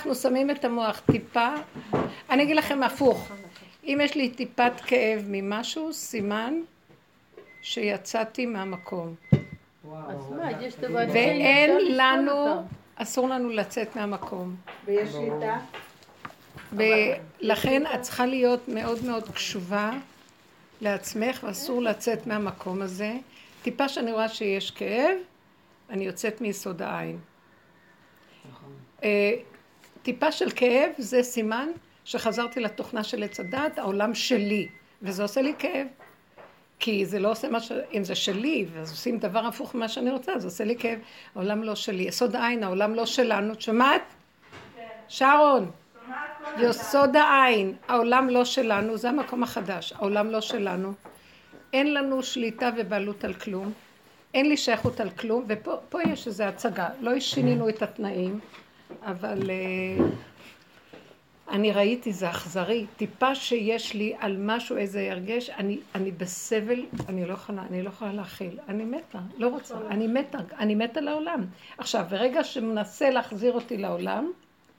אנחנו שמים את המוח טיפה, אני אגיד לכם הפוך, אם יש לי טיפת כאב ממשהו, סימן שיצאתי מהמקום. ואין לנו, אסור לנו לצאת מהמקום. ויש שליטה? ולכן את צריכה להיות מאוד מאוד קשובה לעצמך, ואסור לצאת מהמקום הזה. טיפה שאני רואה שיש כאב, אני יוצאת מיסוד העין. טיפה של כאב זה סימן שחזרתי לתוכנה של עץ הדת, העולם שלי, וזה עושה לי כאב. כי זה לא עושה מה אם זה שלי, ואז עושים דבר הפוך ממה שאני רוצה, זה עושה לי כאב. העולם לא שלי. יסוד העין, העולם לא שלנו. שומעת? שרון. יסוד העין, העולם לא שלנו, זה המקום החדש. העולם לא שלנו. אין לנו שליטה ובעלות על כלום. אין לי שייכות על כלום, ופה יש איזו הצגה. לא שינינו את התנאים, אבל אני ראיתי, זה אכזרי. טיפה שיש לי על משהו, איזה הרגש, אני בסבל, אני לא יכולה להכיל. אני מתה, לא רוצה, אני מתה לעולם. עכשיו, ברגע שמנסה להחזיר אותי לעולם,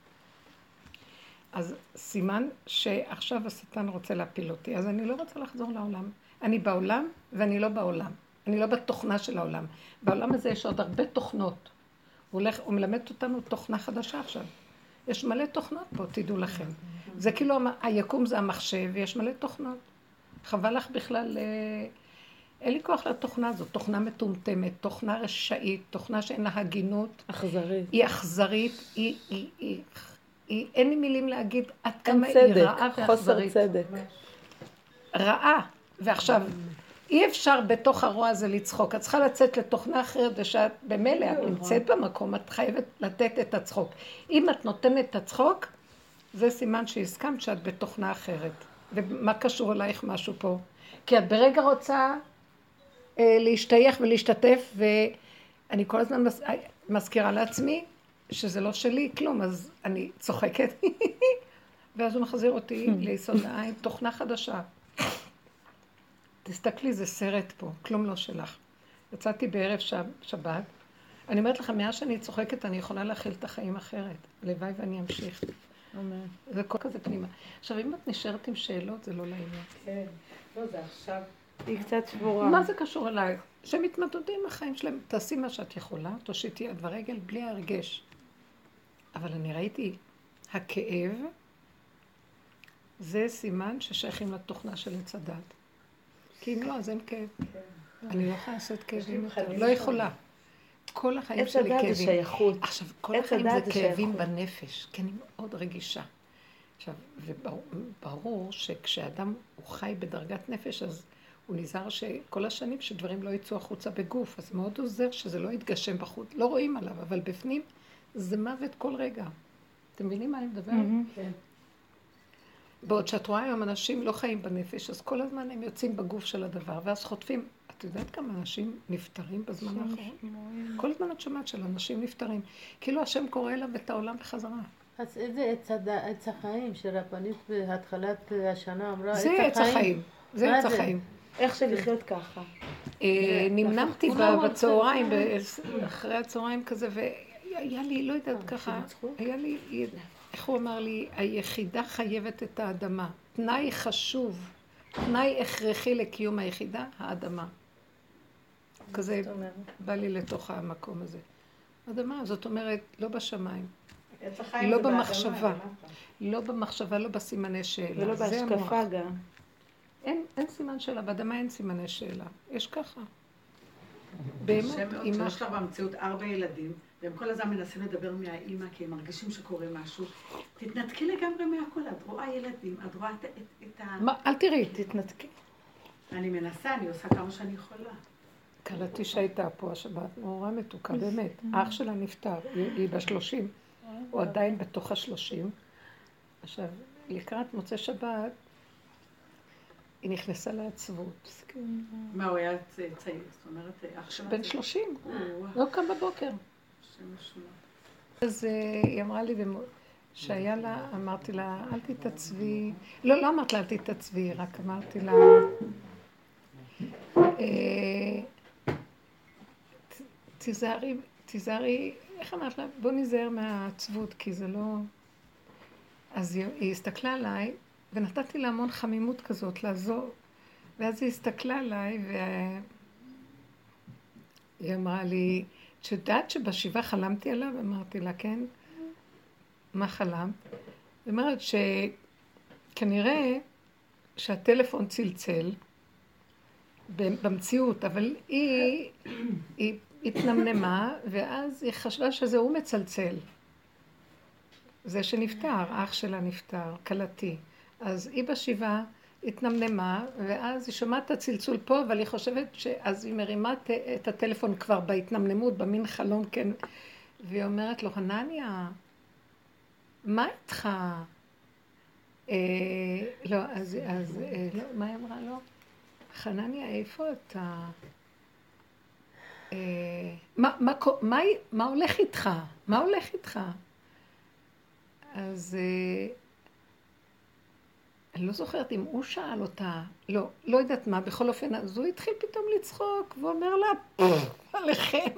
אז סימן שעכשיו השטן רוצה להפיל אותי, אז אני לא רוצה לחזור לעולם. אני בעולם ואני לא בעולם. אני לא בתוכנה של העולם. בעולם הזה יש עוד הרבה תוכנות. הוא מלמד אותנו תוכנה חדשה עכשיו. יש מלא תוכנות פה, תדעו לכם. זה כאילו, היקום זה המחשב, ויש מלא תוכנות. חבל לך בכלל, אין לי כוח לתוכנה הזאת. תוכנה מטומטמת, תוכנה רשאית, תוכנה שאין לה הגינות. אכזרית. היא אכזרית, אין לי מילים להגיד עד כמה היא רעה ואכזרית. חוסר צדק. רעה. ועכשיו, אי אפשר בתוך הרוע הזה לצחוק. את צריכה לצאת לתוכנה אחרת, ושאת במילא, את נמצאת במקום, את חייבת לתת את הצחוק. אם את נותנת את הצחוק, זה סימן שהסכמת שאת בתוכנה אחרת. ומה קשור אלייך משהו פה? כי את ברגע רוצה להשתייך ולהשתתף, ואני כל הזמן מזכירה לעצמי שזה לא שלי כלום, אז אני צוחקת. ואז הוא מחזיר אותי ליסוד העין, תוכנה חדשה. תסתכלי, זה סרט פה, כלום לא שלך. יצאתי בערב שבת, אני אומרת לך, מאז שאני צוחקת, אני יכולה להכיל את החיים אחרת. הלוואי ואני אמשיך. זה כל כזה פנימה. עכשיו, אם את נשארת עם שאלות, זה לא לעניין. כן, לא, זה עכשיו. היא קצת שבורה. מה זה קשור אליי? שמתמודדים החיים שלהם, תעשי מה שאת יכולה, תושיטי יד ורגל בלי הרגש. אבל אני ראיתי, הכאב, זה סימן ששייכים לתוכנה של עץ הדת. כי אם לא, אז אין כאב. אני לא יכולה לעשות כאבים יותר. לא יכולה. כל החיים שלי כאבים. עץ הדת זה שייכות. עכשיו, כל החיים זה כאבים בנפש, כי אני מאוד רגישה. עכשיו, וברור שכשאדם הוא חי בדרגת נפש, אז הוא נזהר שכל השנים שדברים לא יצאו החוצה בגוף, אז מאוד עוזר שזה לא יתגשם בחוץ. לא רואים עליו, אבל בפנים זה מוות כל רגע. אתם מבינים מה אני מדברת? כן. בעוד שאת רואה היום אנשים לא חיים בנפש, אז כל הזמן הם יוצאים בגוף של הדבר, ואז חוטפים. את יודעת כמה אנשים נפטרים בזמן האחרון? כל הזמן את שומעת של אנשים נפטרים. כאילו השם קורא אליו את העולם בחזרה. אז איזה עץ החיים שרבנית בהתחלת השנה אמרה? זה עץ החיים. זה עץ החיים. איך שלחיות ככה? נמנמתי בצהריים, אחרי הצהריים כזה, והיה לי, לא יודעת ככה, היה לי... איך הוא אמר לי? היחידה חייבת את האדמה. תנאי חשוב, תנאי הכרחי לקיום היחידה, האדמה. כזה בא לי לתוך המקום הזה. אדמה, זאת אומרת, לא בשמיים. לא במחשבה. לא במחשבה, לא בסימני שאלה. ולא בהשקפה גם. אין סימן שאלה, באדמה אין סימני שאלה. יש ככה. באמת, אמא. שיש לך במציאות 4 ילדים, והם כל הזמן מנסים לדבר מהאימא, כי הם מרגישים שקורה משהו. תתנתקי לגמרי מהכל, את רואה ילדים, את רואה את ה... מה, אל תראי, תתנתקי. אני מנסה, אני עושה כמה שאני יכולה. קלטתי שהייתה פה השבת, נורא מתוקה, באמת. האח שלה נפטר, היא ב-30, הוא עדיין בתוך ה-30. עכשיו, לקראת מוצא שבת, היא נכנסה לעצבות. מה, הוא היה צעיר? זאת אומרת, אח שלה... בן 30, לא קם בבוקר. אז היא אמרה לי, שהיה לה, אמרתי לה, אל תתעצבי. לא אמרת לה, אל תתעצבי, רק אמרתי לה, תיזהרי, איך אמרת לה? בוא נזהר מהעצבות, כי זה לא... אז היא הסתכלה עליי, ונתתי לה המון חמימות כזאת, לעזור. ואז היא הסתכלה עליי, והיא אמרה לי, את יודעת שבשבעה חלמתי עליו? אמרתי לה, כן. מה חלמת? היא אומרת שכנראה שהטלפון צלצל במציאות, אבל היא התנמנמה, ואז היא חשבה שזה הוא מצלצל. זה שנפטר, אח שלה נפטר, קלתי. אז היא בשבעה התנמנמה, ואז היא שומעת את הצלצול פה, אבל היא חושבת שאז היא מרימה את הטלפון כבר בהתנמנמות, במין חלום, כן. והיא אומרת לו, חנניה, מה איתך? לא, לא, מה היא אמרה לו? חנניה, איפה אתה? מה הולך איתך? מה הולך איתך? אז אני לא זוכרת אם הוא שאל אותה, לא יודעת מה, בכל אופן, אז הוא התחיל פתאום לצחוק, ואומר לה, עליכם.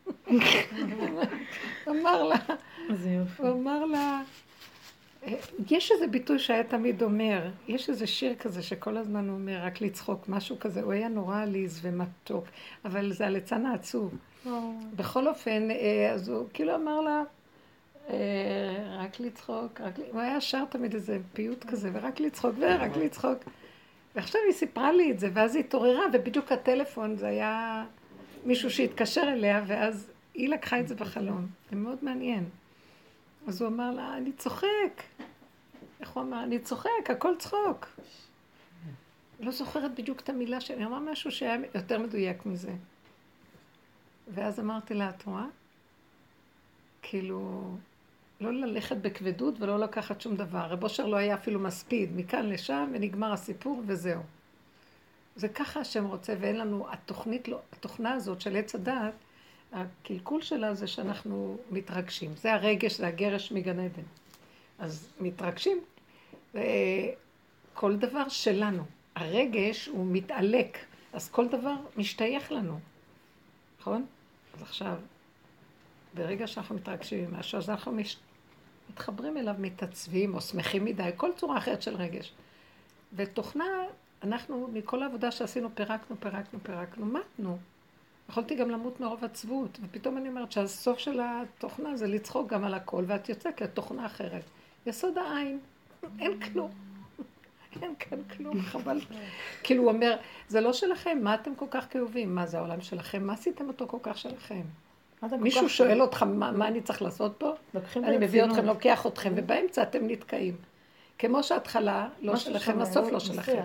הוא אמר לה, יש איזה ביטוי שהיה תמיד אומר, יש איזה שיר כזה שכל הזמן הוא אומר, רק לצחוק, משהו כזה, הוא היה נורא עליז ומתוק, אבל זה הליצן העצוב. בכל אופן, אז הוא כאילו אמר לה, רק לצחוק, הוא היה שר תמיד איזה פיוט כזה, ורק לצחוק, ורק לצחוק. ועכשיו היא סיפרה לי את זה, ואז היא התעוררה, ובדיוק הטלפון, זה היה מישהו שהתקשר אליה, ואז היא לקחה את זה בחלום. זה מאוד מעניין. אז הוא אמר לה, אני צוחק. איך הוא אמר? אני צוחק, הכל צחוק. לא זוכרת בדיוק את המילה שלי, אמר משהו שהיה יותר מדויק מזה. ואז אמרתי לה, את רואה? כאילו, לא ללכת בכבדות ולא לקחת שום דבר. רב אושר לא היה אפילו מספיד, מכאן לשם ונגמר הסיפור וזהו. זה ככה השם רוצה, ואין לנו, התוכנה הזאת של עץ הדעת, הקלקול שלה זה שאנחנו מתרגשים. זה הרגש, זה הגרש מגן עדן. אז מתרגשים, כל דבר שלנו. הרגש הוא מתעלק, אז כל דבר משתייך לנו. נכון? אז עכשיו, ברגע שאנחנו מתרגשים ממשהו, אז אנחנו מתחברים אליו, מתעצבים או שמחים מדי, כל צורה אחרת של רגש. ותוכנה, אנחנו מכל העבודה שעשינו פירקנו, מתנו. יכולתי גם למות מרוב עצבות, ופתאום אני אומרת שהסוף של התוכנה זה לצחוק גם על הכל, ואת יוצאת לתוכנה אחרת. יסוד העין, אין כלום. אין כאן כלום, חבל. כאילו הוא אומר, זה לא שלכם, מה אתם כל כך כאובים? מה זה העולם שלכם? מה עשיתם אותו כל כך שלכם? מישהו שואל אותך מה אני צריך לעשות פה? אני מביא אתכם, לוקח אתכם, ובאמצע אתם נתקעים. כמו שההתחלה לא שלכם, הסוף לא שלכם.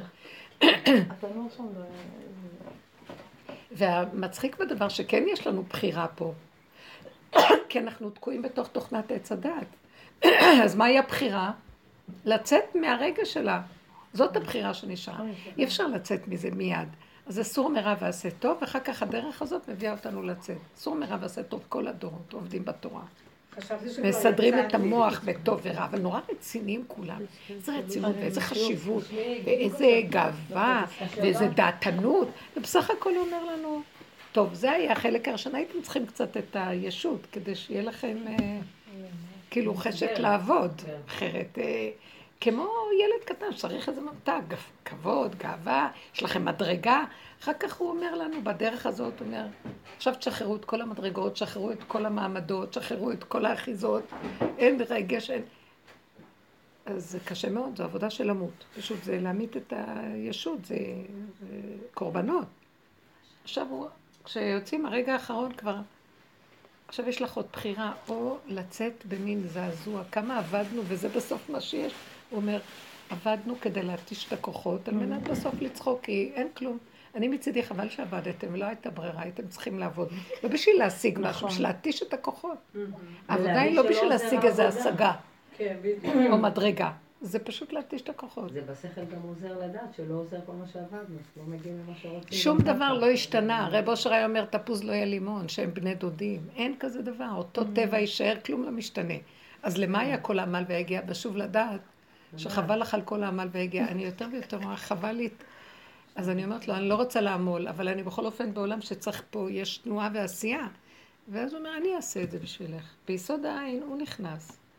והמצחיק בדבר שכן יש לנו בחירה פה, כי אנחנו תקועים בתוך תוכנת עץ הדעת. אז מהי הבחירה? לצאת מהרגע שלה. זאת הבחירה שנשארה. אי אפשר לצאת מזה מיד. אז אסור מרע ועשה טוב, ואחר כך הדרך הזאת מביאה אותנו לצאת. אסור מרע ועשה טוב, כל הדורות עובדים בתורה. מסדרים את המוח בטוב ורע, אבל נורא רציניים כולם. איזה רצינות ואיזה חשיבות, ואיזה גאווה, ואיזה דעתנות. ובסך הכל הוא אומר לנו, טוב, זה היה החלק הראשון, הייתם צריכים קצת את הישות, כדי שיהיה לכם כאילו חשק לעבוד. אחרת, כמו ילד קטן, צריך איזה ממתק, כבוד, גאווה, יש לכם מדרגה. אחר כך הוא אומר לנו, בדרך הזאת, הוא אומר, עכשיו תשחררו את כל המדרגות, תשחררו את כל המעמדות, תשחררו את כל האחיזות, אין רגש, אין. אז זה קשה מאוד, זו עבודה של למות. פשוט זה להמית את הישות, זה קורבנות. עכשיו, כשיוצאים הרגע האחרון כבר, עכשיו יש לך עוד בחירה, או לצאת במין זעזוע, כמה עבדנו, וזה בסוף מה שיש. הוא אומר, עבדנו כדי להתיש את הכוחות, על מנת בסוף לצחוק, כי אין כלום. אני מצידי חבל שעבדתם, לא הייתה ברירה, הייתם צריכים לעבוד. לא בשביל להשיג משהו, בשביל להתיש את הכוחות. העבודה היא לא בשביל להשיג איזו השגה, או מדרגה. זה פשוט להתיש את הכוחות. זה בשכל גם עוזר לדעת, שלא עוזר כל מה שעבדנו, לא מגיעים למה שרוצים. שום דבר לא השתנה. רב אושר היה אומר, תפוז לא יהיה לימון, שהם בני דודים. אין כזה דבר, אותו טבע יישאר, כלום לא משתנה. אז למה היה כל העמל והגיע? בשוב לדעת, שחבל לך על כל העמל והגיע. אני יותר ויותר חבל לי. אז אני אומרת לו, אני לא רוצה לעמול, אבל אני בכל אופן בעולם שצריך פה, יש תנועה ועשייה. ואז הוא אומר, אני אעשה את זה בשבילך. ביסוד העין הוא נכנס.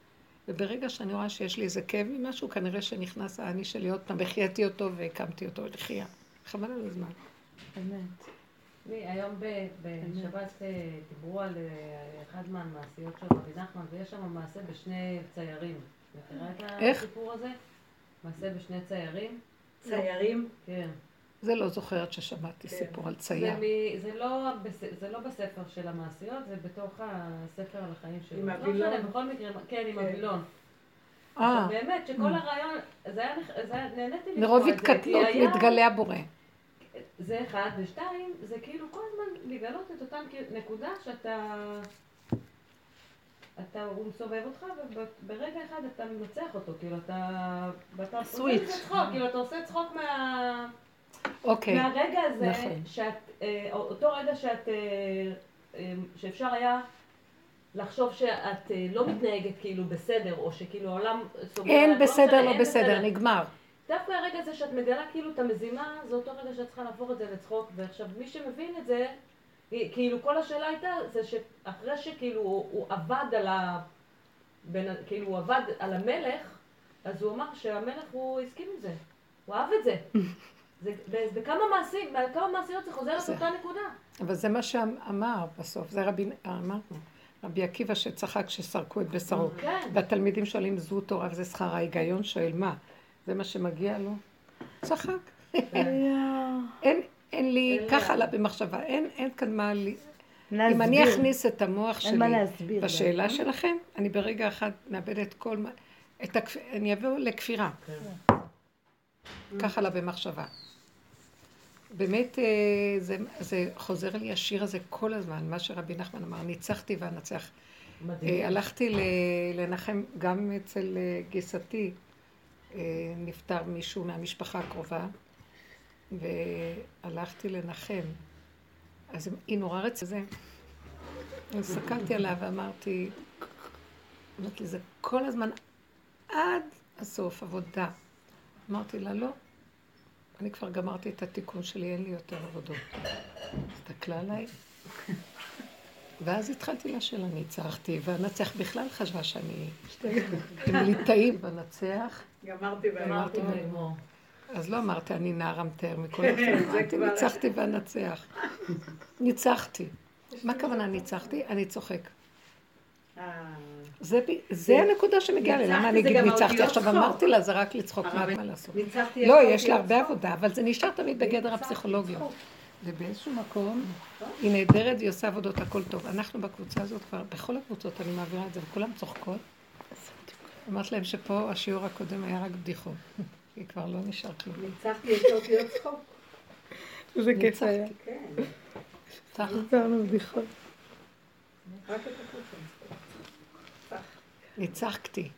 וברגע שאני רואה שיש לי איזה כאב ממשהו, כנראה שנכנס האני שלי עוד פעם, החייתי אותו והקמתי אותו לחייה. חבל על הזמן. אמת. היום בשבת דיברו על אחד מהמעשיות של רבי נחמן, ויש שם מעשה בשני ציירים. מכירה את הסיפור הזה? מעשה בשני ציירים. ציירים? כן. זה לא זוכרת ששמעתי סיפור על צייר. זה לא בספר של המעשיות, זה בתוך הספר על החיים שלו. עם הווילון? בכל מקרה, כן, עם הווילון. עכשיו באמת, שכל הרעיון, נהניתי לקרוא מרוב את זה. התקטנות מתגלה הבורא. זה אחד, ושתיים, זה כאילו כל הזמן לגלות את אותן נקודה הוא מסובב אותך, וברגע אחד אתה מנצח אותו, כאילו אתה סוויץ'. כאילו אתה עושה צחוק אוקיי. מהרגע הזה, נכון. אותו רגע שאפשר היה לחשוב שאת לא מתנהגת כאילו בסדר, או שכאילו העולם סוגר... אין בסדר, לא בסדר, נגמר. דווקא הרגע הזה שאת מגלה כאילו את המזימה, זה אותו רגע שאת צריכה להפוך את זה לצחוק, ועכשיו מי שמבין את זה, כאילו כל השאלה הייתה, זה שאחרי שכאילו הוא עבד כאילו הוא עבד על המלך, אז הוא אמר שהמלך הוא הסכים עם זה, הוא אהב את זה. בכמה מעשיות זה חוזר לאותה נקודה. אבל זה מה שאמר בסוף, זה רבי עקיבא שצחק שסרקו את בשרו. והתלמידים שואלים זו תורה וזה שכר, ההיגיון שואל מה? זה מה שמגיע לו? צחק. אין לי, ככה עלה במחשבה, אין כאן מה לי. אם אני אכניס את המוח שלי בשאלה שלכם, אני ברגע אחד מאבדת כל מה, אני אעבור לכפירה. ככה עלה במחשבה. באמת זה חוזר לי השיר הזה כל הזמן, מה שרבי נחמן אמר, ניצחתי ואנצח. הלכתי לנחם גם אצל גיסתי, נפטר מישהו מהמשפחה הקרובה, והלכתי לנחם. אז היא נורא רצה זה. הסתכלתי עליה ואמרתי, זה כל הזמן עד הסוף עבודה. אמרתי לה, לא, אני כבר גמרתי את התיקון שלי, אין לי יותר עבודות. הסתכלה עליי, ואז התחלתי לה של ניצחתי, והנצח בכלל חשבה שאני ליטאים בנצח. גמרתי לגמור. אז לא אמרתי, אני נער המתאר מכל אחד. אמרתי, ניצחתי ואנצח. ניצחתי. מה הכוונה ניצחתי? אני צוחק. זה הנקודה שמגיעה לי, למה אני אגיד ניצחתי? עכשיו אמרתי לה, זה רק לצחוק, מה לעשות? לא, יש לה הרבה עבודה, אבל זה נשאר תמיד בגדר הפסיכולוגיות. ובאיזשהו מקום, היא נהדרת והיא עושה עבודות, הכל טוב. אנחנו בקבוצה הזאת כבר, בכל הקבוצות אני מעבירה את זה, וכולם צוחקות. אמרת להם שפה השיעור הקודם היה רק בדיחות. היא כבר לא נשאר כלום. ניצחתי, יש לו אותיות צחוק. זה כיף היה. כן. ניצחנו בדיחות. רק את החוצה. ניצחתי.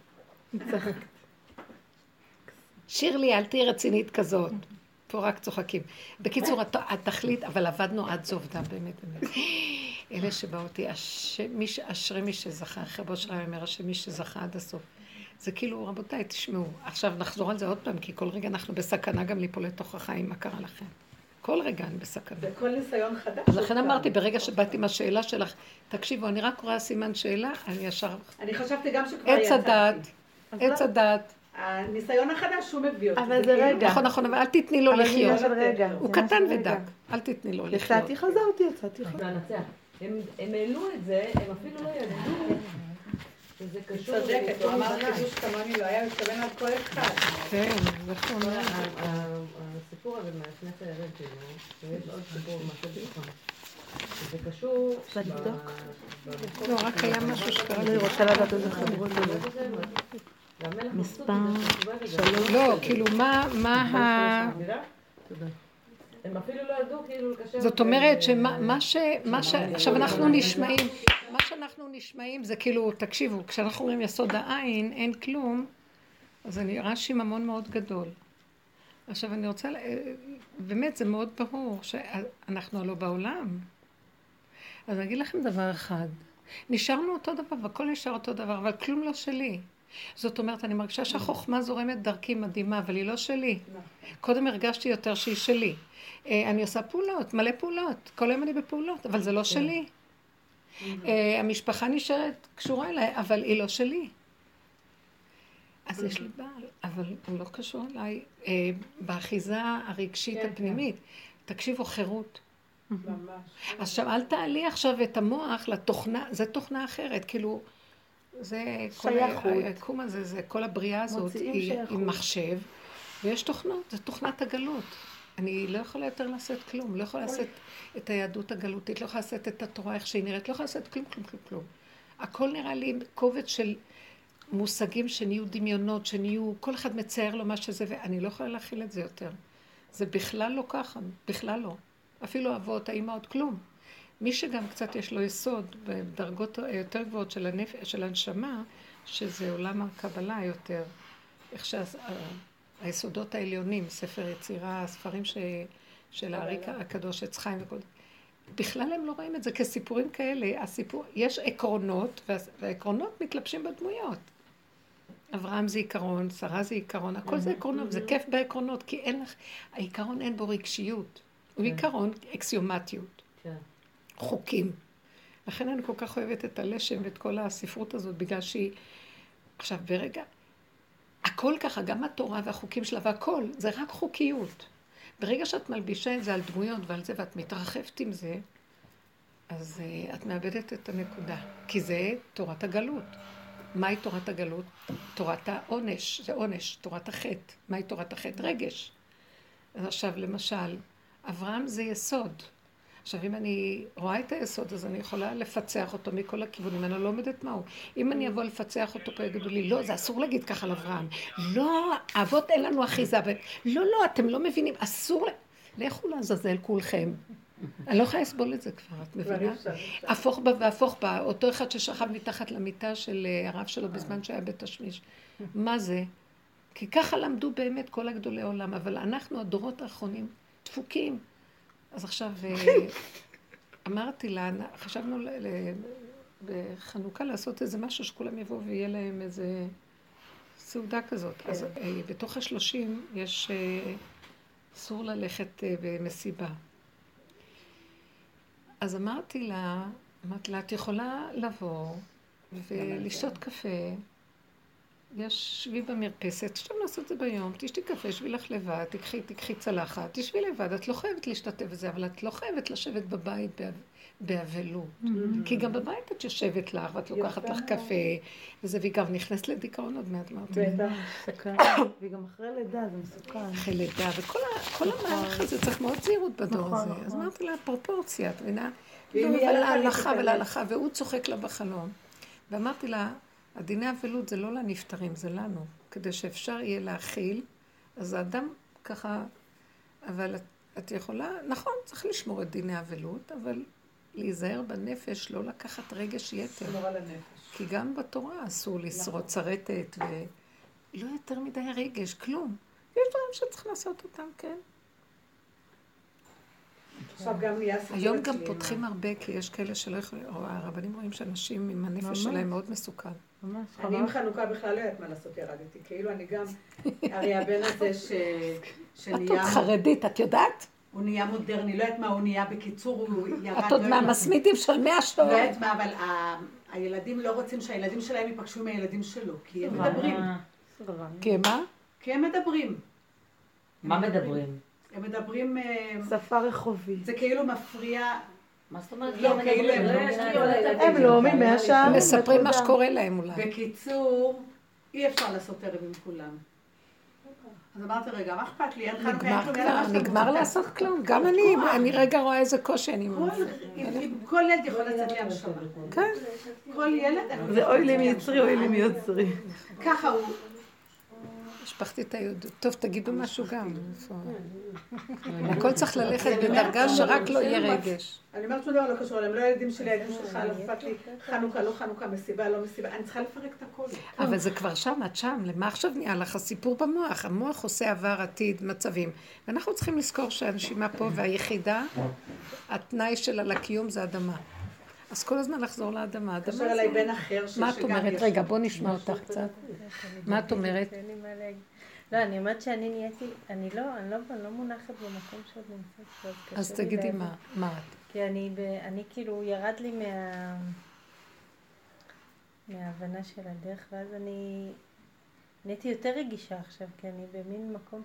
שירלי, אל תהי רצינית כזאת. פה רק צוחקים. בקיצור, התכלית, אבל עבדנו עד זו עובדה, באמת. אלה שבאו אותי, אשרי מי שזכה, אחרי בו שלהם אומר, אשרי מי שזכה עד הסוף. זה כאילו, רבותיי, תשמעו, עכשיו נחזור על זה עוד פעם, כי כל רגע אנחנו בסכנה גם ליפול לתוך החיים, מה קרה לכם? כל רגע אני בסכנה. זה כל ניסיון חדש. אז לכן אמרתי, ברגע שבאתי עם השאלה שלך, תקשיבו, אני רק רואה סימן שאלה, אני ישר... אני חשבתי גם שכבר יצאתי. עץ הדעת. הניסיון החדש הוא מביא אותי. אבל זה רגע. נכון, נכון, אבל אל תתני לו לחיות. רגע. הוא קטן ודק, אל תתני לו לחיות. יצאתי חזרתי. הם העלו את זה, הם אפילו לא ידעו. וזה קשור. צודקת, הוא אמר חידוש כמוני, לא היה מתכוון על כל אחד. כן, נכון. הסיפור הזה מהשני ציירים שלו, ויש עוד סיפור מעשה בזכון. זה קשור... לא, רק היה משהו שקרה. אני רוצה לדעת איזה חברות זה. מספר 3. לא, כאילו, מה ה... הם אפילו לא ידעו כאילו לקשר... זאת אומרת שמה ש... עכשיו אנחנו נשמעים, מה שאנחנו נשמעים זה כאילו, תקשיבו, כשאנחנו אומרים יסוד העין, אין כלום, אז זה נראה שיממון מאוד גדול. עכשיו אני רוצה, באמת זה מאוד ברור שאנחנו לא בעולם. אז אני אגיד לכם דבר אחד, נשארנו אותו דבר והכל נשאר אותו דבר, אבל כלום לא שלי. זאת אומרת, אני מרגישה שהחוכמה זורמת דרכי מדהימה, אבל היא לא שלי. קודם הרגשתי יותר שהיא שלי. אני עושה פעולות, מלא פעולות, כל היום אני בפעולות, אבל זה לא שלי. המשפחה נשארת קשורה אליי, אבל היא לא שלי. אז יש לי בעל, אבל הוא לא קשור אליי. באחיזה הרגשית הפנימית, תקשיבו, חירות. עכשיו, אל תעלי עכשיו את המוח לתוכנה, זה תוכנה אחרת, כאילו, זה כל היקום הזה, זה כל הבריאה הזאת, היא עם מחשב, ויש תוכנות, זה תוכנת הגלות. אני לא יכולה יותר לעשות כלום, לא יכולה לעשות את היהדות הגלותית, לא יכולה לעשות את התורה איך שהיא נראית, לא יכולה לעשות כלום, כלום, כלום, כלום. הכל נראה לי קובץ של מושגים שנהיו דמיונות, שנהיו, כל אחד מצייר לו מה שזה, ואני לא יכולה להכיל את זה יותר. זה בכלל לא ככה, בכלל לא. אפילו אבות, האמהות, כלום. מי שגם קצת יש לו יסוד בדרגות יותר גבוהות של הנשמה, שזה עולם הקבלה יותר, איך שהיסודות העליונים, ספר יצירה, הספרים של האריק הקדוש, עץ חיים וכל זה, בכלל הם לא רואים את זה כסיפורים כאלה. יש עקרונות, והעקרונות מתלבשים בדמויות. אברהם זה עיקרון, שרה זה עיקרון, הכל זה עקרונות, זה כיף בעקרונות, כי העיקרון אין בו רגשיות, הוא עיקרון אקסיומטיות, חוקים. לכן אני כל כך אוהבת את הלשם ואת כל הספרות הזאת, בגלל שהיא, עכשיו ברגע, הכל ככה, גם התורה והחוקים שלה והכל, זה רק חוקיות. ברגע שאת מלבישה את זה על דמויות ועל זה, ואת מתרחבת עם זה, אז את מאבדת את הנקודה. כי זה תורת הגלות. מהי תורת הגלות? תורת העונש, זה עונש, תורת החטא. מהי תורת החטא? רגש. אז עכשיו, למשל, אברהם זה יסוד. עכשיו, אם אני רואה את היסוד, אז אני יכולה לפצח אותו מכל הכיוונים, אני לא לומדת מהו. אם אני אבוא לפצח אותו פה, יגידו לי, לא, זה אסור להגיד ככה על אברהם. לא, אבות אין לנו אחיזה. לא, לא, אתם לא מבינים, אסור. לכו לעזאזל כולכם. אני לא יכולה לסבול את זה כבר, את מבינה? הפוך בה והפוך בה, אותו אחד ששכב מתחת למיטה של הרב שלו בזמן שהיה בתשמיש. מה זה? כי ככה למדו באמת כל הגדולי עולם, אבל אנחנו, הדורות האחרונים, דפוקים. אז עכשיו אמרתי לה, חשבנו בחנוכה לעשות איזה משהו שכולם יבואו ויהיה להם איזה סעודה כזאת. אז בתוך 30 יש אסור ללכת במסיבה. אז אמרתי לה, את יכולה לבוא ולשתות קפה, יש שבי במרפסת, עכשיו לעשות את זה ביום, תשתי קפה, שבי לך לבד, תקחי צלחת, תשבי לבד, את לא חייבת להשתתף בזה, אבל את לא חייבת לשבת בבית באבלות. כי גם בבית את יושבת לך, ואת לוקחת לך קפה, וזה, והיא גם נכנסת לדיכאון עוד מעט, אמרתי. והיא גם אחרי לידה, זה מסוכן. אחרי לידה, וכל המהלך הזה צריך מאוד זהירות בדור הזה. אז אמרתי לה, פרופורציה, את מבינה? ולהלכה ולהלכה, והוא צוחק לה בחלום. ואמרתי לה, הדיני אבלות זה לא לנפטרים, זה לנו. כדי שאפשר יהיה להכיל, אז האדם ככה, אבל את יכולה, נכון, צריך לשמור את דיני אבלות, אבל להיזהר בנפש, לא לקחת רגש יתר. לשמור על הנפש. כי גם בתורה אסור לשרוד צרטת, ולא יותר מדי רגש, כלום. יש דברים שצריך לעשות אותם, כן. היום גם פותחים הרבה, כי יש כאלה שלא יכולים, או הרבנים רואים שאנשים עם הנפש שלהם מאוד מסוכן. אני עם חנוכה בכלל לא יודעת מה לעשות, ירדתי. כאילו אני גם, הרי הבן הזה שנהיה... את עוד חרדית, את יודעת? הוא נהיה מודרני, לא יודעת מה הוא נהיה, בקיצור הוא ירד... את עוד מהמסמידים של 100 שעות. לא יודעת מה, אבל הילדים לא רוצים שהילדים שלהם ייפגשו עם הילדים שלו, כי הם מדברים. כי מה? כי הם מדברים. מה מדברים? הם מדברים... שפה רחובית. זה כאילו מפריע... מה זאת אומרת? לא, כאילו הם לא ממאה שעה. מספרים מה שקורה להם אולי. בקיצור, אי אפשר לעשות ערב עם כולם. אז אמרתי, רגע, מה אכפת לי? נגמר לעשות כלום. גם אני רגע רואה איזה קושי. כל ילד יכול לצאת לי המשמה. כן. כל ילד... זה אוי לי מיצרי, אוי לי מיוצרי. ככה הוא... השפכתי את היהודות. טוב, תגידו משהו גם. הכל צריך ללכת בדרגה שרק לא יהיה רגש. אני אומרת שום דבר לא קשור אליהם, לא ילדים שלי, הילדים שלך, לא אכפת לי, חנוכה, לא חנוכה, מסיבה, לא מסיבה, אני צריכה לפרק את הכל. אבל זה כבר שם, את שם, למה עכשיו נהיה לך הסיפור במוח? המוח עושה עבר, עתיד, מצבים. ואנחנו צריכים לזכור שהנשימה פה והיחידה, התנאי שלה לקיום זה אדמה. אז כל הזמן לחזור לאדמה. קשר אליי בן אחר מה את אומרת? רגע, בוא נשמע אותך קצת. מה את אומרת? לא, אני אומרת שאני נהייתי, אני לא מונחת במקום שאת נמצאת. אז תגידי מה את? כי אני כאילו ירד לי מההבנה של הדרך, ואז אני נהייתי יותר רגישה עכשיו, כי אני במין מקום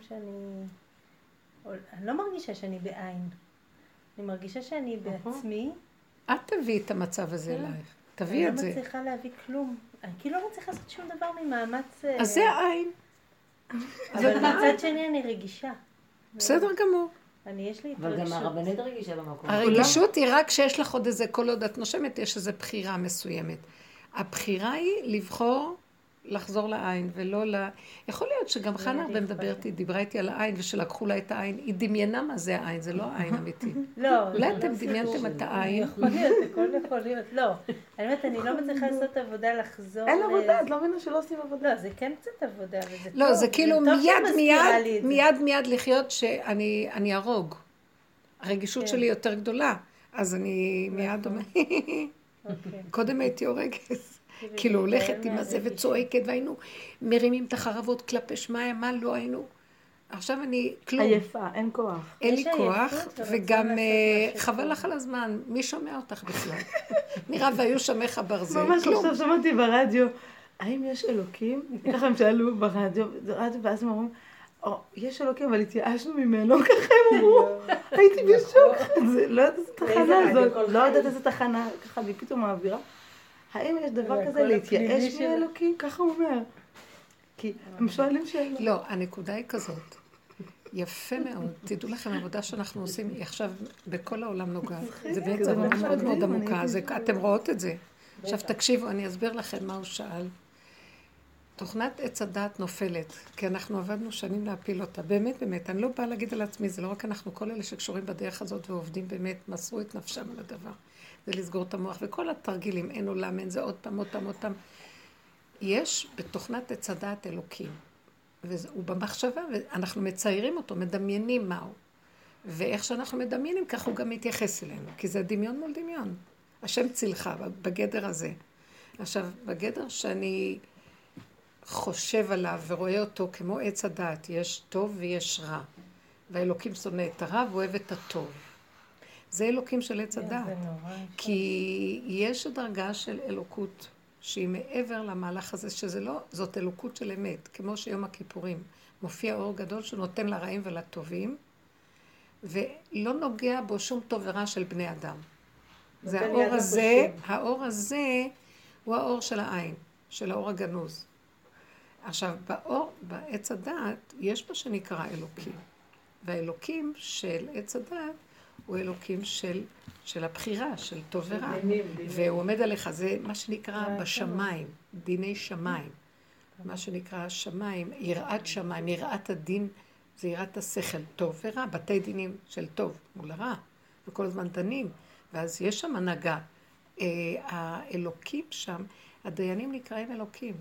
אני לא מרגישה שאני בעין. אני מרגישה שאני בעצמי. את תביאי את המצב הזה אלייך. תביאי את זה. אני לא מצליחה להביא כלום. אני כאילו לא מצליחה לעשות שום דבר ממאמץ... אז זה העין. אבל מצד שני אני רגישה. בסדר גמור. יש לי התרגשות. אבל גם הרבנית רגישה במקום. הרגישות היא רק שיש לך עוד איזה, כל עוד את נושמת, יש איזו בחירה מסוימת. הבחירה היא לבחור לחזור לעין, ולא יכול להיות שגם חנה הרבה מדברת, היא דיברה איתי על העין, ושלקחו לה את העין, היא דמיינה מה זה העין, זה לא העין אמיתי. לא. אולי אתם דמיינתם את העין? יכול להיות, הכל יכול להיות. לא. האמת, אני לא מצליחה לעשות עבודה לחזור. אין עבודה, את לא מבינה שלא עושים עבודה. לא, זה כן קצת עבודה, וזה טוב. לא, זה כאילו מיד לחיות שאני ארוג. הרגישות שלי יותר גדולה, אז אני מיד אומרת, קודם הייתי הורגת. כאילו הולכת עם הזה וצועקת, והיינו מרימים את החרבות כלפי שמיים, מה לא היינו. עכשיו אני כלום. עייפה, אין כוח. אין לי כוח, וגם חבל לך על הזמן, מי שומע אותך בכלל? נראה והיו שמך ברזל, כלום. ממש עכשיו שמעתי ברדיו, האם יש אלוקים? ככה הם שאלו ברדיו, ואז הם אומרים, יש אלוקים, אבל התייאשנו ממנו, ככה הם אמרו. הייתי בשוק, לא יודעת איזה תחנה הזאת, לא יודעת איזה תחנה, ככה לי פתאום מעבירה. האם יש דבר כזה להתייאש מאלוקים? ככה הוא אומר. כי הם שואלים שאלה. לא, הנקודה היא כזאת. יפה מאוד. תדעו לכם, העבודה שאנחנו עושים היא עכשיו בכל העולם נוגעת. זה בעצם עבודה מאוד מאוד עמוקה. אתם רואות את זה. עכשיו תקשיבו, אני אסביר לכם מה הוא שאל. תוכנת עץ הדעת נופלת, כי אנחנו עבדנו שנים להפיל אותה. באמת, באמת. אני לא באה להגיד על עצמי, זה לא רק אנחנו, כל אלה שקשורים בדרך הזאת ועובדים באמת, מסרו את נפשם על הדבר. זה לסגור את המוח, וכל התרגילים, אין עולם, אין זה עוד פעם. יש בתוכנת עץ הדעת אלוקים, והוא במחשבה, ואנחנו מציירים אותו, מדמיינים מהו. ואיך שאנחנו מדמיינים, כך הוא גם מתייחס אלינו, כי זה דמיון מול דמיון. השם צילך בגדר הזה. עכשיו, בגדר שאני חושב עליו ורואה אותו כמו עץ הדעת, יש טוב ויש רע. והאלוקים שונא את הרע ואוהב את הטוב. זה אלוקים של עץ הדעת. כי יש דרגה של אלוקות שהיא מעבר למהלך הזה, שזה לא, זאת אלוקות של אמת, כמו שיום הכיפורים מופיע אור גדול שנותן לרעים ולטובים, ולא נוגע בו שום טוב ורע של בני אדם. זה האור הזה הוא האור של העין, של האור הגנוז. עכשיו, בעץ הדעת יש מה שנקרא אלוקים, והאלוקים של עץ הדעת הוא אלוקים של הבחירה, של טוב ורע. והוא עומד עליך, זה מה שנקרא בשמיים, דיני שמיים. מה שנקרא שמיים, יראת שמיים, יראת הדין, זה יראת השכל, טוב ורע, בתי דינים של טוב מול הרע, וכל הזמן דנים. ואז יש שם הנהגה. האלוקים שם, הדיינים נקראים אלוקים.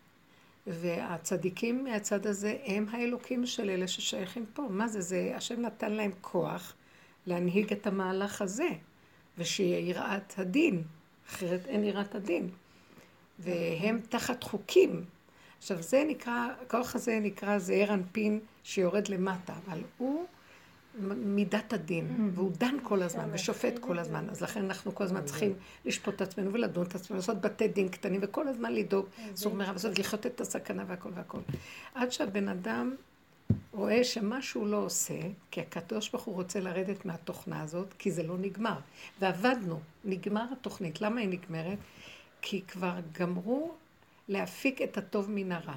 והצדיקים מהצד הזה הם האלוקים של אלה ששייכים פה. מה זה? זה השם נתן להם כוח להנהיג את המהלך הזה, ושיהיה יראת הדין, אחרת אין יראת הדין. והם תחת חוקים. עכשיו זה נקרא, הכוח הזה נקרא זעיר אנפין שיורד למטה, אבל הוא מידת הדין, והוא דן כל הזמן ושופט כל הזמן. אז לכן אנחנו כל הזמן צריכים לשפוט את עצמנו ולדון את עצמנו, לעשות בתי דין קטנים וכל הזמן לדאוג סור מרע וזאת, לחיות את הסכנה והכל והכל. עד שהבן אדם רואה שמשהו לא עושה, כי הקדוש ברוך הוא רוצה לרדת מהתוכנה הזאת, כי זה לא נגמר. ועבדנו, נגמר התוכנית. למה היא נגמרת? כי כבר גמרו להפיק את הטוב מן הרע.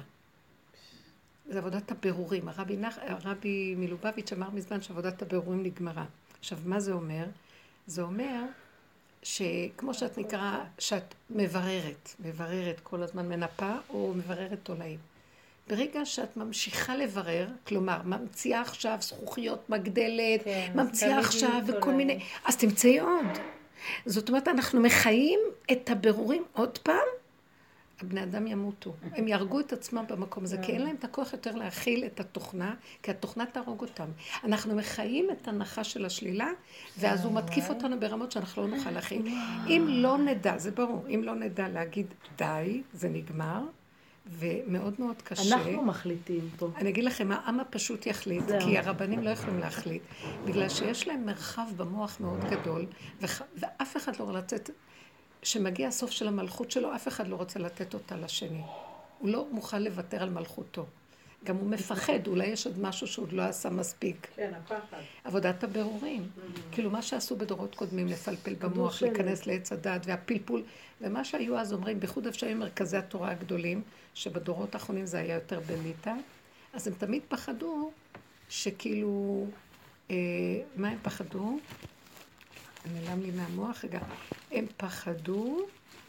זה עבודת הבירורים. הרבי מלובביץ' אמר מזמן שעבודת הבירורים נגמרה. עכשיו, מה זה אומר? זה אומר שכמו שאת נקרא, שאת מבררת כל הזמן מנפה או מבררת תולעים. ברגע שאת ממשיכה לברר, כלומר, ממציאה עכשיו זכוכיות מגדלת, ממציאה עכשיו וכל מיני, אז תמצאי עוד. זאת אומרת, אנחנו מחיים את הבירורים עוד פעם, הבני אדם ימותו. הם ירגו את עצמם במקום הזה, כי אין להם את הכוח יותר להכיל את התוכנה, כי התוכנה תהרוג אותם. אנחנו מחיים את הנחש של השלילה, ואז הוא מתקיף אותנו ברמות שאנחנו לא נוכל להכיל. אם לא נדע, זה ברור, אם לא נדע להגיד די, זה נגמר, ומאוד מאוד קשה. אנחנו מחליטים פה. אני אגיד לכם, העם הפשוט יחליט, כי הרבנים לא יכולים להחליט, בגלל שיש להם מרחב במוח מאוד גדול, ואף אחד לא רוצה לתת, שמגיע הסוף של המלכות שלו, אף אחד לא רוצה לתת אותה לשני. הוא לא מוכן לוותר על מלכותו. גם הוא מפחד, אולי יש עוד משהו שעוד לא עשה מספיק. כן, הפחד. עבודת הבירורים. כאילו מה שעשו בדורות קודמים, לפלפל במוח, להיכנס לעץ הדעת והפלפול, ומה שהיו אז אומרים, בייחוד איפה שהיו מרכזי התורה הגדולים, שבדורות האחרונים זה היה יותר בליטה, אז הם תמיד פחדו שכאילו, מה הם פחדו? נעלם לי מהמוח, רגע. הם פחדו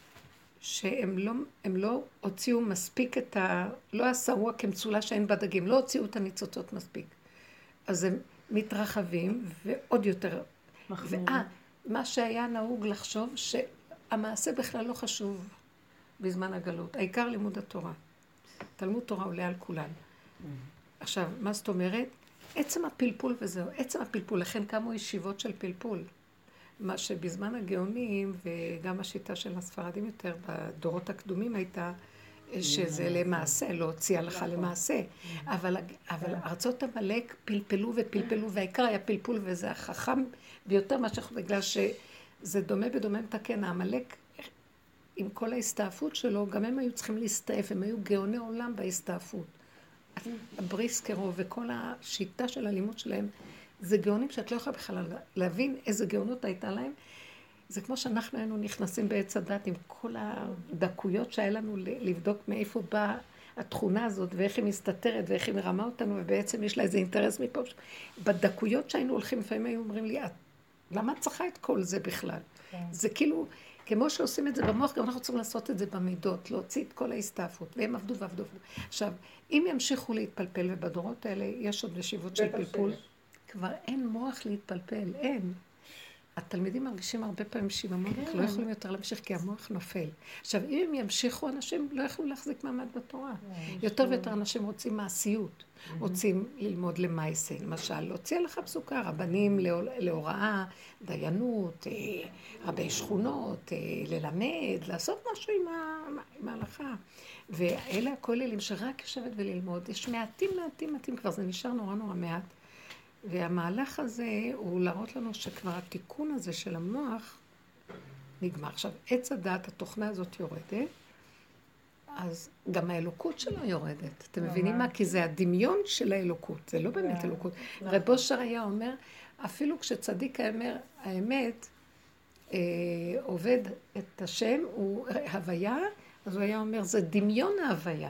שהם לא הוציאו מספיק את לא עשרוה כמצולה שאין בה דגים, לא הוציאו את הניצוצות מספיק. אז הם מתרחבים ועוד יותר. מה שהיה נהוג לחשוב שהמעשה בכלל לא חשוב בזמן הגלות. העיקר לימוד התורה. תלמוד תורה עולה על כולם. עכשיו, מה זאת אומרת? עצם הפלפול וזהו, עצם הפלפול, לכן קמו ישיבות של פלפול. מה שבזמן הגאונים, וגם השיטה של הספרדים יותר, בדורות הקדומים הייתה, שזה למעשה, להוציא הלכה למעשה. אבל ארצות המלך פלפלו ופלפלו, והעיקר היה פלפול, וזה החכם ביותר מאשר, בגלל שזה דומה בדומה מתקן. המלך, עם כל ההסתעפות שלו, גם הם היו צריכים להסתעף, הם היו גאוני עולם בהסתעפות. הבריסקרו וכל השיטה של הלימוד שלהם, זה גאונים שאת לא יכולה בכלל להבין איזה גאונות הייתה להם. זה כמו שאנחנו היינו נכנסים בעץ הדת עם כל הדקויות שהיה לנו לבדוק מאיפה באה התכונה הזאת ואיך היא מסתתרת ואיך היא מרמה אותנו ובעצם יש לה איזה אינטרס מפה. בדקויות שהיינו הולכים, לפעמים היו אומרים לי, למה את צריכה את כל זה בכלל? זה כאילו, כמו שעושים את זה במוח, גם אנחנו צריכים לעשות את זה במידות, להוציא את כל ההסתעפות, והם עבדו ועבדו. עכשיו, אם ימשיכו להתפלפל, ובדורות האלה יש עוד ישיבות של פלפול, כבר אין מוח להתפלפל, אין. התלמידים מרגישים הרבה פעמים שעם המוח לא יכולים יותר להמשיך, כי המוח נופל. עכשיו, אם הם ימשיכו, אנשים לא יכולים להחזיק מעמד בתורה. יותר ויותר אנשים רוצים מעשיות, רוצים ללמוד למעשה, למשל, להוציא הלכה פסוקה, רבנים להוראה, דיינות, רבי שכונות, ללמד, לעשות משהו עם ההלכה. ואלה הכוללים שרק יושבת וללמוד, יש מעטים, כבר זה נשאר נורא מעט. והמהלך הזה הוא להראות לנו שכבר התיקון הזה של המוח נגמר. עכשיו, עץ הדעת, התוכנה הזאת יורדת, אז גם האלוקות שלו יורדת. אתם מבינים מה? כי זה הדמיון של האלוקות, זה לא באמת אלוקות. רב אושר היה אומר, אפילו כשצדיק האמת עובד את השם, הוא הוויה, אז הוא היה אומר, זה דמיון ההוויה.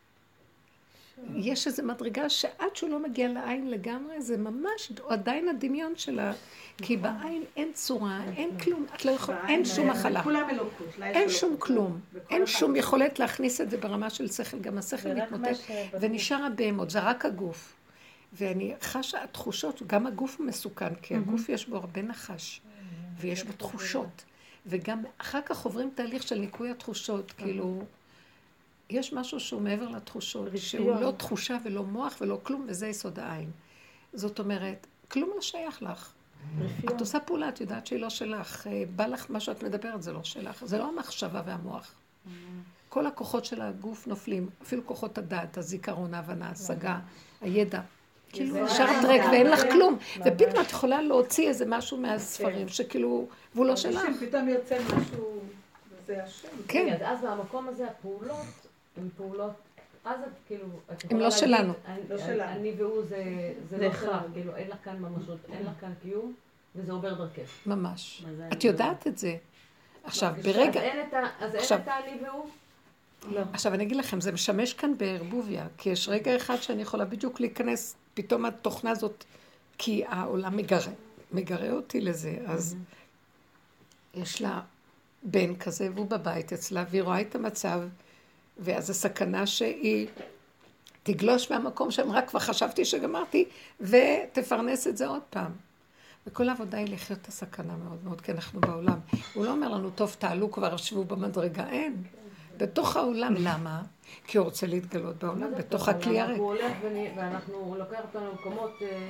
יש איזו מדרגה שעד שהוא לא מגיע לעין לגמרי, זה ממש עדיין הדמיון שלה, כי בעין אין צורה, אין כלום, את לא יכולה, אין שום מחלה. אין שום כלום, אין שום יכולת להכניס את זה ברמה של שכל, גם השכל מתמוטט, ונשאר הבהמות, זה רק הגוף. ואני חשה התחושות, גם הגוף הוא מסוכן, כי הגוף יש בו הרבה נחש, ויש בו תחושות, וגם אחר כך עוברים תהליך של ניקוי התחושות, כאילו, יש משהו שהוא מעבר לתחושות, שהוא לא תחושה ולא מוח ולא כלום, וזה יסוד העין. זאת אומרת, כלום לא שייך לך. את עושה פעולה, את יודעת שהיא לא שלך. בא לך מה שאת מדברת, זה לא שלך. זה לא המחשבה והמוח. כל הכוחות של הגוף נופלים, אפילו כוחות הדעת, הזיכרון, ההבנה, ההשגה, הידע. כאילו, נשארת ריק ואין לך כלום. ופתאום את יכולה להוציא איזה משהו מהספרים, שכאילו, והוא לא שלך. פתאום יוצא משהו, וזה השם. כן. אז במקום הזה הפעולות, הן פעולות, אז את כאילו, הם לא שלנו. אני והוא זה לא שלך, כאילו אין לך כאן ממשות, אין לך כאן קיום, וזה עובר דרכך. ממש. את יודעת את זה. עכשיו, ברגע... אז אין את אני והוא? לא. עכשיו, אני אגיד לכם, זה משמש כאן בערבוביה, כי יש רגע אחד שאני יכולה בדיוק להיכנס, פתאום התוכנה הזאת, כי העולם מגרה אותי לזה, אז יש לה בן כזה, והוא בבית אצלה, והיא רואה את המצב, ואז הסכנה שהיא תגלוש מהמקום שאמרה, כבר חשבתי שגמרתי, ותפרנס את זה עוד פעם. וכל העבודה היא לחיות את הסכנה מאוד מאוד, כי אנחנו בעולם. הוא לא אומר לנו, טוב, תעלו כבר, שבו במדרגה, אין. בתוך העולם, למה? כי הוא רוצה להתגלות בעולם, בתוך הכלי הריק. הוא הולך ואנחנו לוקח אותנו למקומות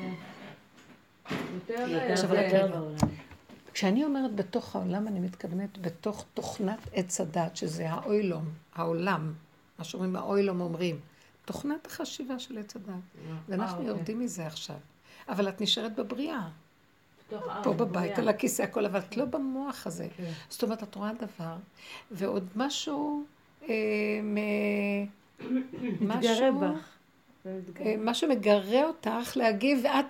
יותר בעולם. כשאני אומרת בתוך העולם, אני מתכוונת בתוך תוכנת עץ הדת, שזה האוילום, העולם, מה שאומרים, האוילום אומרים, תוכנת החשיבה של עץ הדת. ואנחנו יורדים מזה עכשיו. אבל את נשארת בבריאה. פה בבית, על הכיסא, הכל, אבל את לא במוח הזה. זאת אומרת, את רואה דבר, ועוד משהו מתגרה בך. משהו מגרה אותך להגיב, ואת...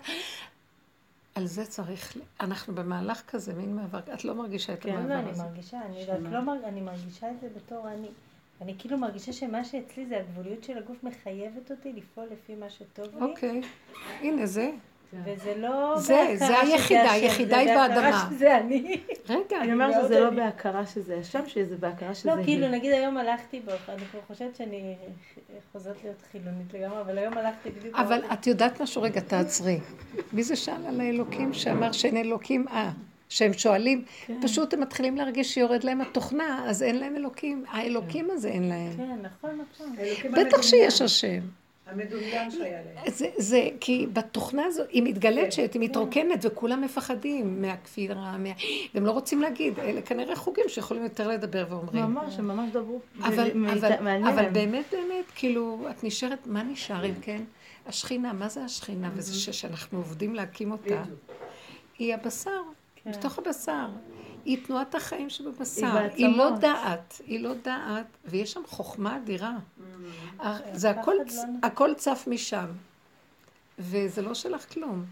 על זה צריך... אנחנו במהלך כזה, מין מעבר... את לא מרגישה את המעבר הזה. לא, אני מרגישה, אני מרגישה את זה בתור אני כאילו מרגישה שמה שאצלי זה הגבוליות של הגוף מחייבת אותי לפעול לפי מה שטוב לי. אוקיי, הנה זה. וזה לא... זה היחידה, היחידה היא באדמה. זה בהכרה שזה אני. רגע, אני אומרת שזה לא בהכרה שזה השם, שזה בהכרה שזה... לא, כאילו, נגיד היום הלכתי בו, אני כבר חושבת שאני חוזרת להיות חילונית לגמרי, אבל היום הלכתי בדיוק... אבל את יודעת משהו? רגע, תעצרי. מי זה שאל על האלוקים שאמר שאין אלוקים? שהם שואלים, פשוט הם מתחילים להרגיש שיורד להם התוכנה, אז אין להם אלוקים. האלוקים הזה אין להם. כן, נכון. בטח שיש השם. המדומיין שהיה להם. זה, כי בתוכנה הזו, היא מתגלצת, היא מתרוקנת, וכולם מפחדים מהכפירה, והם לא רוצים להגיד, אלה כנראה חוגים שיכולים יותר לדבר ואומרים. ממש, הם ממש דברו. אבל באמת, כאילו, את נשארת, מה נשאר אם כן? השכינה, מה זה השכינה? וזה שאנחנו עובדים להקים אותה. היא הבשר, בתוך הבשר. היא תנועת החיים שבבשר. היא לא דעת, ויש שם חוכמה אדירה. זה הכל צף משם. וזה לא שלך כלום.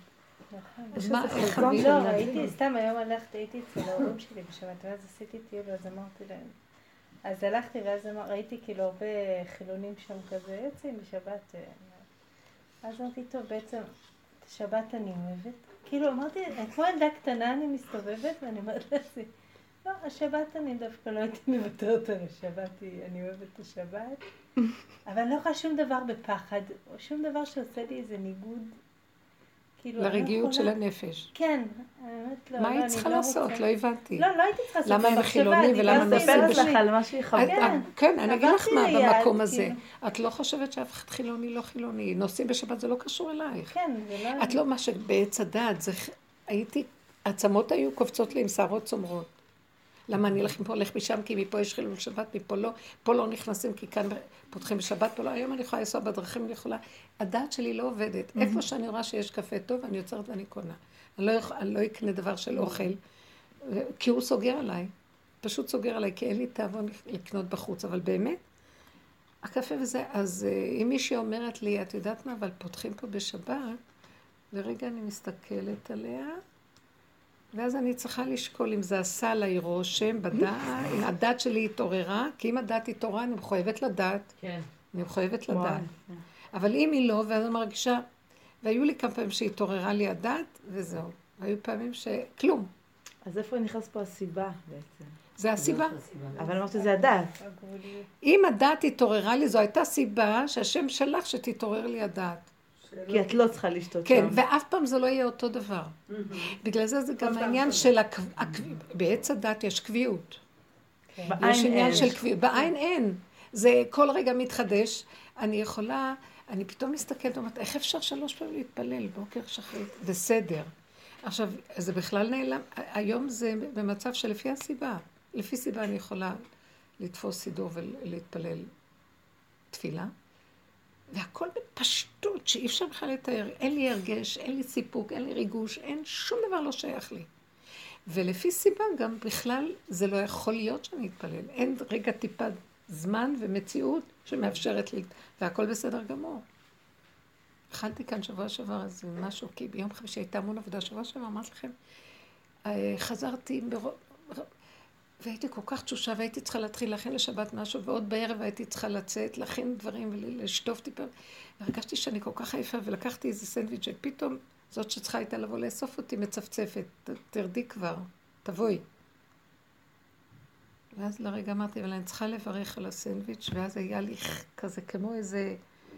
לא, ראיתי, סתם היום הייתי אצל ההורים שלי בשבת, ואז עשיתי טיול, אז אמרתי להם. אז הלכתי ואז ראיתי כאילו הרבה חילונים שם כזה, יוצאים בשבת. אז אמרתי, טוב, בעצם, שבת אני אוהבת. כאילו אמרתי, כמו ילדה קטנה אני מסתובבת, ואני אומרת לעצמי, לא, השבת אני דווקא לא הייתי מוותרת על השבת, אני אוהבת את השבת, אבל אני לא יכולה שום דבר בפחד, או שום דבר שעושה לי איזה ניגוד. לרגיעות של הנפש. כן, האמת לא. מה היא צריכה לעשות? לא הבנתי. לא הייתי צריכה לעשות. למה הם חילונים ולמה נושאים לך על מה שהיא חווה. כן, אני אגיד לך מה במקום הזה. את לא חושבת שאף אחד חילוני לא חילוני. נושאים בשבת זה לא קשור אלייך. כן, זה לא... את לא מה שבעץ הדעת, עצמות היו קופצות לי עם שערות צומרות. למה אני אלך מפה, הולך משם, כי מפה יש חילול שבת, מפה לא, פה לא נכנסים, כי כאן פותחים בשבת, פה לא, היום אני יכולה לנסוע בדרכים, אני יכולה, הדעת שלי לא עובדת. איפה שאני רואה שיש קפה טוב, אני יוצרת ואני קונה. אני לא אקנה דבר של אוכל, כי הוא סוגר עליי, פשוט סוגר עליי, כי אין לי תאבון לקנות בחוץ, אבל באמת, הקפה וזה, אז אם מישהי אומרת לי, את יודעת מה, אבל פותחים פה בשבת, ורגע אני מסתכלת עליה, ואז אני צריכה לשקול אם זה עשה עליי רושם בדעת, אם הדעת שלי התעוררה, כי אם הדעת התעוררה אני מחויבת לדעת. כן. אני מחויבת לדעת. אבל אם היא לא, ואז אני מרגישה, והיו לי כמה פעמים שהתעוררה לי הדעת, וזהו. היו פעמים שכלום. אז איפה נכנס פה הסיבה בעצם? זה הסיבה. אבל אמרת שזה הדעת. אם הדעת התעוררה לי, זו הייתה סיבה שהשם שלח שתתעורר לי הדעת. כי את לא צריכה לשתות כן, ואף פעם זה לא יהיה אותו דבר. בגלל זה גם העניין של בעץ הדת יש קביעות. יש עניין של קביעות. בעין אין. זה כל רגע מתחדש. אני יכולה, אני פתאום מסתכלת ואומרת, איך אפשר 3 פעמים להתפלל בוקר שחרית? זה סדר. עכשיו, זה בכלל נעלם. היום זה במצב שלפי הסיבה. לפי סיבה אני יכולה לתפוס סידור ולהתפלל תפילה. והכל בפשטות שאי אפשר בכלל לתאר. אין לי הרגש, אין לי סיפוק, אין לי ריגוש, אין שום דבר לא שייך לי. ולפי סיבה גם בכלל זה לא יכול להיות שאני אתפלל. אין רגע טיפה זמן ומציאות שמאפשרת לי, והכל בסדר גמור. הכנתי כאן שבוע שעבר איזה משהו, כי ביום חמישי הייתה המון עבודה. שבוע שעבר אמרתי לכם, חזרתי והייתי כל כך תשושה, והייתי צריכה להתחיל להכין לשבת משהו, ועוד בערב הייתי צריכה לצאת, להכין דברים ולשטוף טיפה. והרגשתי שאני כל כך עייפה, ולקחתי איזה סנדוויץ' שפתאום זאת שצריכה הייתה לבוא לאסוף אותי מצפצפת. תרדי כבר, תבואי. ואז לרגע אמרתי, אבל אני צריכה לברך על הסנדוויץ', ואז היה לי כזה כמו איזה...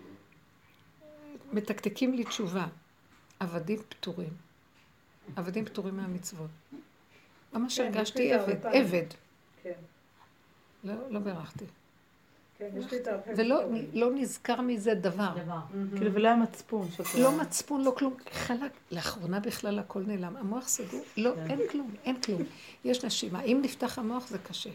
מתקתקים לי תשובה. עבדים פטורים. עבדים פטורים מהמצוות. ממש הרגשתי עבד. כן. לא ברכתי. כן, יש לי את הרבה. ולא נזכר מזה דבר. כאילו, ולא היה מצפון. לא מצפון, לא כלום. חלק, לאחרונה בכלל הכל נעלם. המוח סגור. לא, אין כלום, אין כלום. יש נשימה. אם נפתח המוח זה קשה.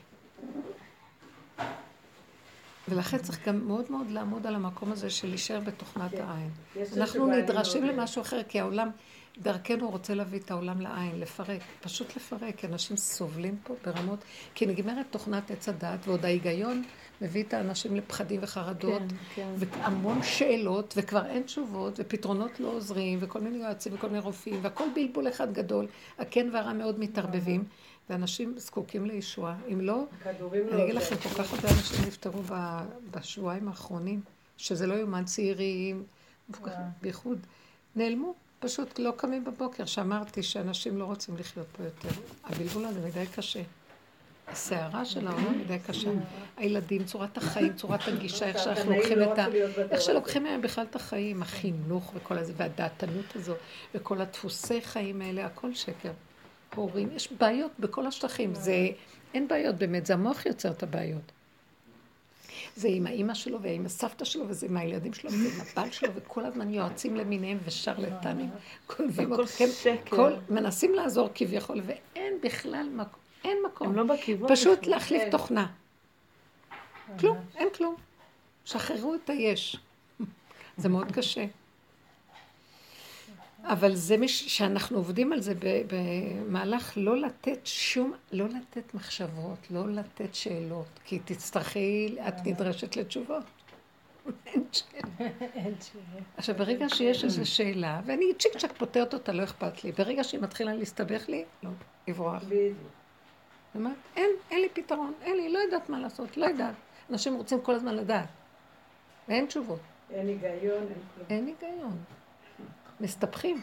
ולכן צריך גם מאוד מאוד לעמוד על המקום הזה של להישאר בתוכנת העין. אנחנו נדרשים למשהו אחר, כי העולם, דרכנו רוצה להביא את העולם לעין, לפרק, פשוט לפרק, כי אנשים סובלים פה ברמות, כי נגמרת תוכנת עץ הדעת, ועוד ההיגיון מביא את האנשים לפחדים וחרדות, כן. והמון שאלות, וכבר אין תשובות, ופתרונות לא עוזרים, וכל מיני יועצים וכל מיני רופאים, והכל בלבול אחד גדול, הכן והרע מאוד מתערבבים, ואנשים זקוקים לישועה. אם לא, אני אגיד לכם, כל כך הרבה אנשים נפטרו בשבועיים האחרונים, שזה לא יומן, צעירים, בייחוד, נעלמו. פשוט לא קמים בבוקר, שאמרתי שאנשים לא רוצים לחיות פה יותר. הבלבול הזה מדי קשה. הסערה של העולם מדי קשה. הילדים, צורת החיים, צורת הגישה, איך שאנחנו לוקחים את איך שלוקחים מהם בכלל את החיים, החינוך וכל הזה, והדעתנות הזו, וכל הדפוסי חיים האלה, הכל שקר. הורים, יש בעיות בכל השטחים. אין בעיות באמת, זה המוח יוצר את הבעיות. זה עם האמא שלו ועם הסבתא שלו, וזה עם הילדים שלו ועם הבעל שלו, וכל הזמן יועצים למיניהם ושרלטנים, כולבים אתכם, מנסים לעזור כביכול, ואין בכלל מקום, אין מקום. הם לא בכיוון. פשוט להחליף תוכנה. כלום, אין כלום. שחררו את היש. זה מאוד קשה. אבל זה שאנחנו עובדים על זה במהלך לא לתת מחשבות, לא לתת שאלות, כי תצטרכי, את נדרשת לתשובות. אין תשובות. עכשיו, ברגע שיש איזו שאלה, ואני צ'יק צ'ק פותרת אותה, לא אכפת לי. ברגע שהיא מתחילה להסתבך לי, לא, יברוח. אין לי פתרון, לא יודעת מה לעשות, לא יודעת. אנשים רוצים כל הזמן לדעת. ואין תשובות. אין היגיון, אין היגיון. מסתבכים.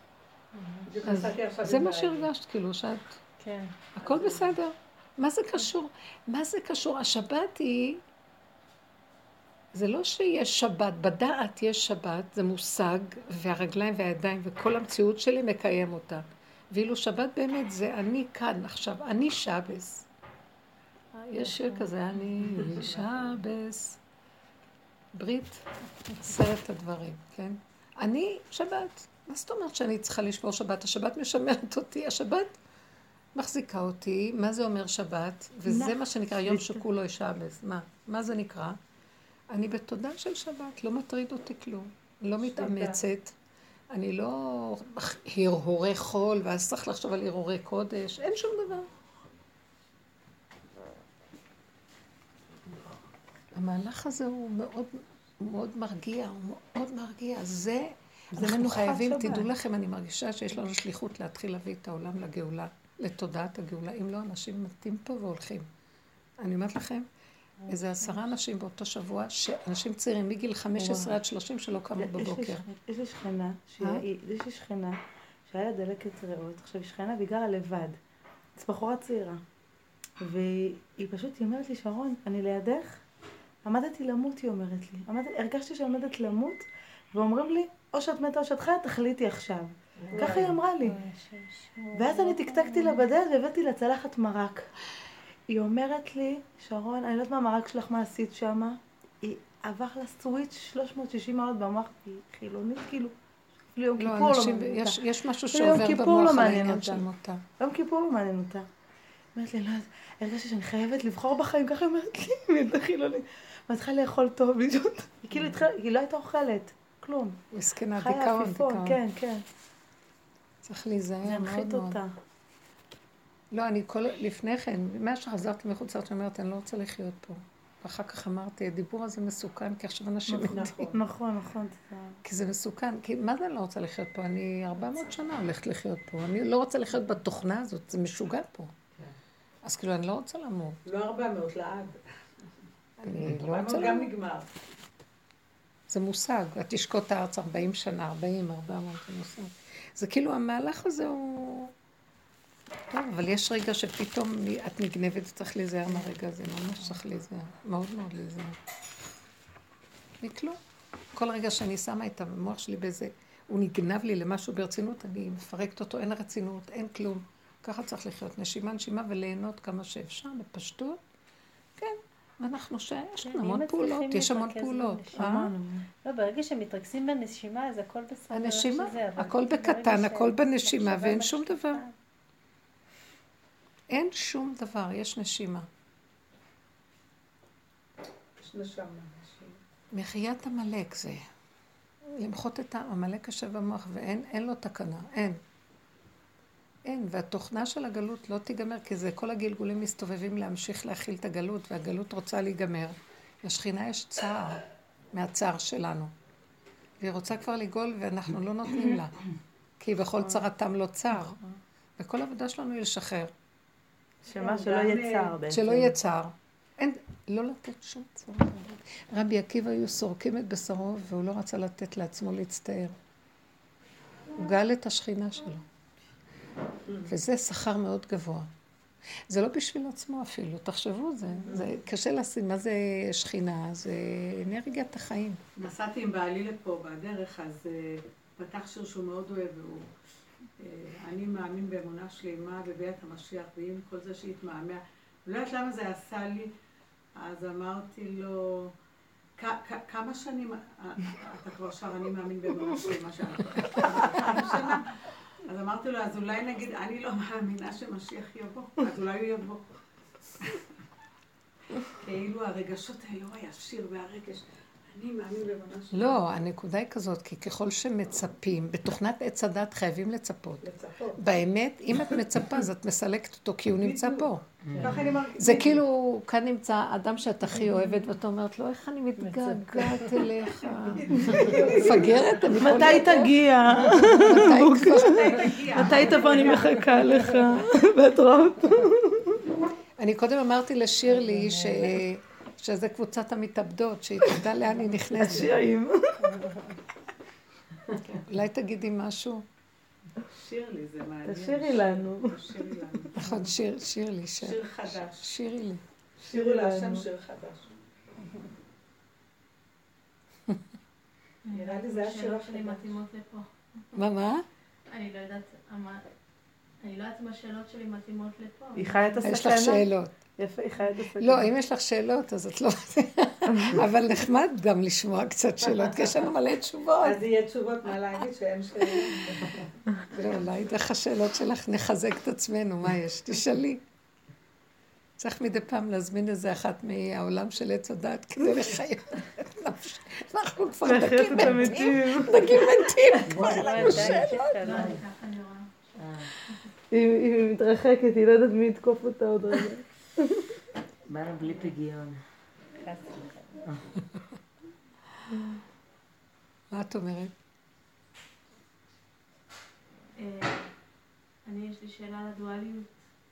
זה מה שהרגשת, כאילו, שאת... כן. הכל בסדר. מה זה קשור? מה זה קשור? השבת היא... זה לא שיש שבת, בדעת יש שבת, זה מושג, והרגליים והידיים וכל המציאות שלי מקיים אותה. ואילו שבת באמת זה אני כאן עכשיו, אני שבס. יש שיר כזה, אני שבס. ברית, 10 הדברים, כן? אני שבת. מה זאת אומרת שאני צריכה לשמור שבת? השבת משמרת אותי, השבת מחזיקה אותי. מה זה אומר שבת? וזה מה שנקרא יום שכולו שבס. מה זה נקרא? אני בתודה של שבת, לא מטריד אותי כלום. לא מתאמצת. אני לא הרהורי חול, ואז צריך לחשוב על הרהורי קודש. אין שום דבר. המהלך הזה הוא מאוד מאוד מרגיע, הוא מאוד מרגיע. אנחנו חייבים, תדעו לכם, אני מרגישה שיש לנו שליחות להתחיל להביא את העולם לגאולה, לתודעת הגאולה. אם לא, אנשים מתים פה והולכים. אני אומרת לכם, איזה 10 אנשים באותו שבוע, שאנשים צעירים מגיל 15 עד 30 שלא קמו בבוקר. יש לי שכנה שהיה לה דלקת ריאות. עכשיו, היא שכנה והיא גרה לבד. זו בחורה צעירה. והיא פשוט, היא אומרת לי, שרון, אני לידך, עמדתי למות, היא אומרת לי. הרגשתי שעמדת למות, ואומרים לי, או שאת מתה או שאת חיה, תחליטי עכשיו. ככה היא אמרה לי. ואז אני תקתקתי לה בדלת והבאתי לה צלחת מרק. היא אומרת לי, שרון, אני לא יודעת מה המרק שלך, מה עשית שמה. היא עבר לה סוויץ' 360 מעלות במוח, היא חילונית, כאילו. ליום כיפור לא מעניין אותה. יש משהו שעובר במוח על העניין של מותה. יום כיפור לא מעניין אותה. אומרת לי, לא יודעת, הרגשתי שאני חייבת לבחור בחיים, ככה היא אומרת לי, היא חילונית. ואני צריכה לאכול טוב, לישות. היא לא הייתה אוכלת, כלום. מסכנה, דיכאון. כן, כן. צריך להיזהר מאוד מאוד. זה מנחית אותה. לא, לפני כן, מה שחזרתי מחוץ לארץ, אומרת, אני לא רוצה לחיות פה. ואחר כך אמרתי, הדיבור הזה מסוכן, כי עכשיו אנשים מתים. נכון. כי זה מסוכן, כי מה זה אני לא רוצה לחיות פה? אני 400 שנה הולכת לחיות פה. אני לא רוצה לחיות בתוכנה הזאת, זה משוגע פה. אז כאילו, אני לא רוצה למות. לא 400, לעד. אני לא רוצה למות. גם נגמר. זה מושג, את תשקוט הארץ 40 שנה, 40, 400, זה מושג. זה כאילו, המהלך הזה הוא... טוב, אבל יש רגע שפתאום את נגנבת וצריך להיזהר מהרגע הזה, ממש צריך להיזהר, מאוד מאוד להיזהר. מכלום. כל רגע שאני שמה את המוח שלי באיזה, הוא נגנב לי למשהו ברצינות, אני מפרקת אותו, אין רצינות, אין כלום. ככה צריך לחיות נשימה וליהנות כמה שאפשר, בפשטות. כן, ואנחנו יש לנו המון פעולות, יש המון פעולות. לא, ברגע שמתרכזים בנשימה, אז הכל בסדר. הנשימה, הכל בקטן, הכל בנשימה, ואין שום דבר. אין שום דבר, יש נשימה. יש נשמה. מחיית המלאק זה. למחות את המלאק יושב במוח, ואין לו תקנה, אין. אין, והתוכנה של הגלות לא תיגמר, כי זה כל הגלגולים מסתובבים להמשיך להכיל את הגלות, והגלות רוצה להיגמר. לשכינה יש צער מהצער שלנו. והיא רוצה כבר לגול, ואנחנו לא נותנים לה. כי בכל צרתם לא צער. וכל העבודה שלנו היא לשחרר. שמה שלא יהיה צער בעצם. שלא יהיה צער. אין, לא לתת שום צער. רבי עקיבא היו סורקים את בשרו, והוא לא רצה לתת לעצמו להצטער. הוא גאל את השכינה שלו. וזה שכר מאוד גבוה. זה לא בשביל עצמו אפילו, תחשבו, זה קשה לשים, מה זה שכינה? זה אנרגיית החיים. נסעתי עם בעלי לפה בדרך, אז פתח שיר שהוא מאוד אוהב, והוא אני מאמין באמונה שלמה בביאת המשיח, ועם כל זה שהתמהמה. ולא יודעת למה זה עשה לי, אז אמרתי לו, כמה שנים אתה כבר שר, אני מאמין באמונה שלמה שנה. אז אמרתי לו, אז אולי נגיד, אני לא מאמינה שמשיח יבוא, אז אולי הוא יבוא. כאילו הרגשות האלו הישיר והרגש, אני מאמין באמונה שלמה. לא, הנקודה היא כזאת, כי ככל שמצפים, בתוכנת עץ הדת חייבים לצפות. באמת, אם את מצפה, אז את מסלקת אותו, כי הוא נמצא פה. זה כאילו, כאן נמצא אדם שאת הכי אוהבת, ואת אומרת לו, איך אני מתגעגעת אליך? מפגרת? מתי תגיע? מתי תבוא, אני מחכה לך? ואת רואה אותו. אני קודם אמרתי לשירלי שזה קבוצת המתאבדות, שהיא תדע לאן היא נכנסת. השירים. אולי תגידי משהו? שירלי, זה מעניין. תשירי לנו. נכון, שירלי. שיר חדש. שירי לי. שירו להשם שיר חדש. נראה לי זה השאלות שלי מתאימות לפה. מה? אני לא יודעת אם השאלות שלי מתאימות לפה. היא חיה את הסכנה. יש לך שאלות. יפה, היא חיה את הסכנה. לא, אם יש לך שאלות, אז את לא... אבל נחמד גם לשמוע קצת שאלות, כי יש לנו מלא תשובות. אז יהיה תשובות מה להגיד שאין שאלות. לא, אולי דרך השאלות שלך נחזק את עצמנו, מה יש? תשאלי. צריך מדי פעם להזמין איזה אחת מהעולם של עץ הדת כדי לחיות את נפש. אנחנו כבר דקים מתים. כבר לנו שאלות. היא מתרחקת, היא לא יודעת מי יתקוף אותה עוד רגע. באנו בלי פגיון. מה את אומרת? יש לי שאלה על הדואליות.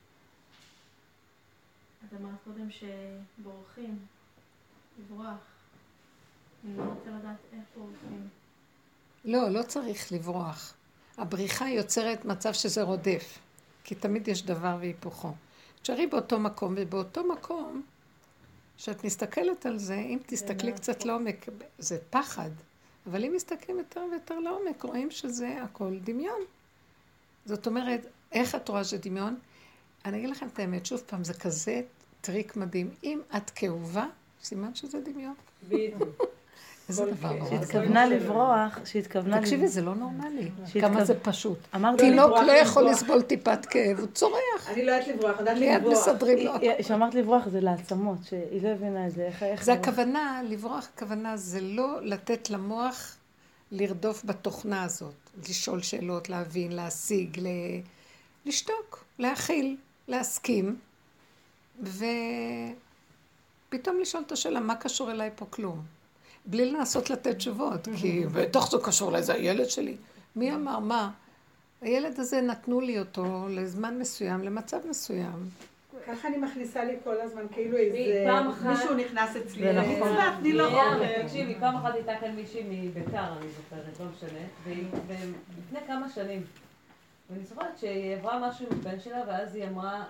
את אמרת קודם שבורחים, לברוח. אני לא רוצה לדעת איך בורחים. לא צריך לברוח. הבריחה יוצרת מצב שזה רודף, כי תמיד יש דבר והיפוכו. תשארי באותו מקום, ובאותו מקום, שאת מסתכלת על זה, אם תסתכלי קצת לעומק, זה פחד, אבל אם מסתכלים יותר ויותר לעומק, רואים שזה הכל דמיון. זאת אומרת, איך את רואה שזה דמיון? אני אגיד לכם את האמת, שוב פעם, זה כזה טריק מדהים. אם את כאובה, סימן שזה דמיון. בדיוק. איזה דבר נורא. שהתכוונה לברוח, תקשיבי, זה לא נורמלי. כמה זה פשוט. אמרת תינוק לא יכול לסבול טיפת כאב, הוא צורח. אני לא יודעת לברוח, יודעת מיד לברוח. מסדרים לו. שאמרת לברוח זה לעצמות, שהיא לא הבינה את זה. זה הכוונה, לברוח הכוונה זה לא לתת למוח לרדוף בתוכנה הזאת. לשאול שאלות, להבין, להשיג, לשתוק, להכיל, להסכים. ופתאום לשאול את השאלה, מה קשור אליי פה כלום? בלי לנסות לתת תשובות, כי בתוך זה קשור אליי, זה הילד שלי. מי אמר, מה? הילד הזה נתנו לי אותו לזמן מסוים, למצב מסוים. ככה אני מכניסה לי כל הזמן, כאילו איזה... מישהו נכנס אצלי. זה נכון. תני לו אוכל. תקשיבי, פעם אחת הייתה כאן מישהי מביתר, אני זוכרת, לא משנה, ולפני כמה שנים. ואני זוכרת שהיא עברה משהו עם בן שלה, ואז היא אמרה,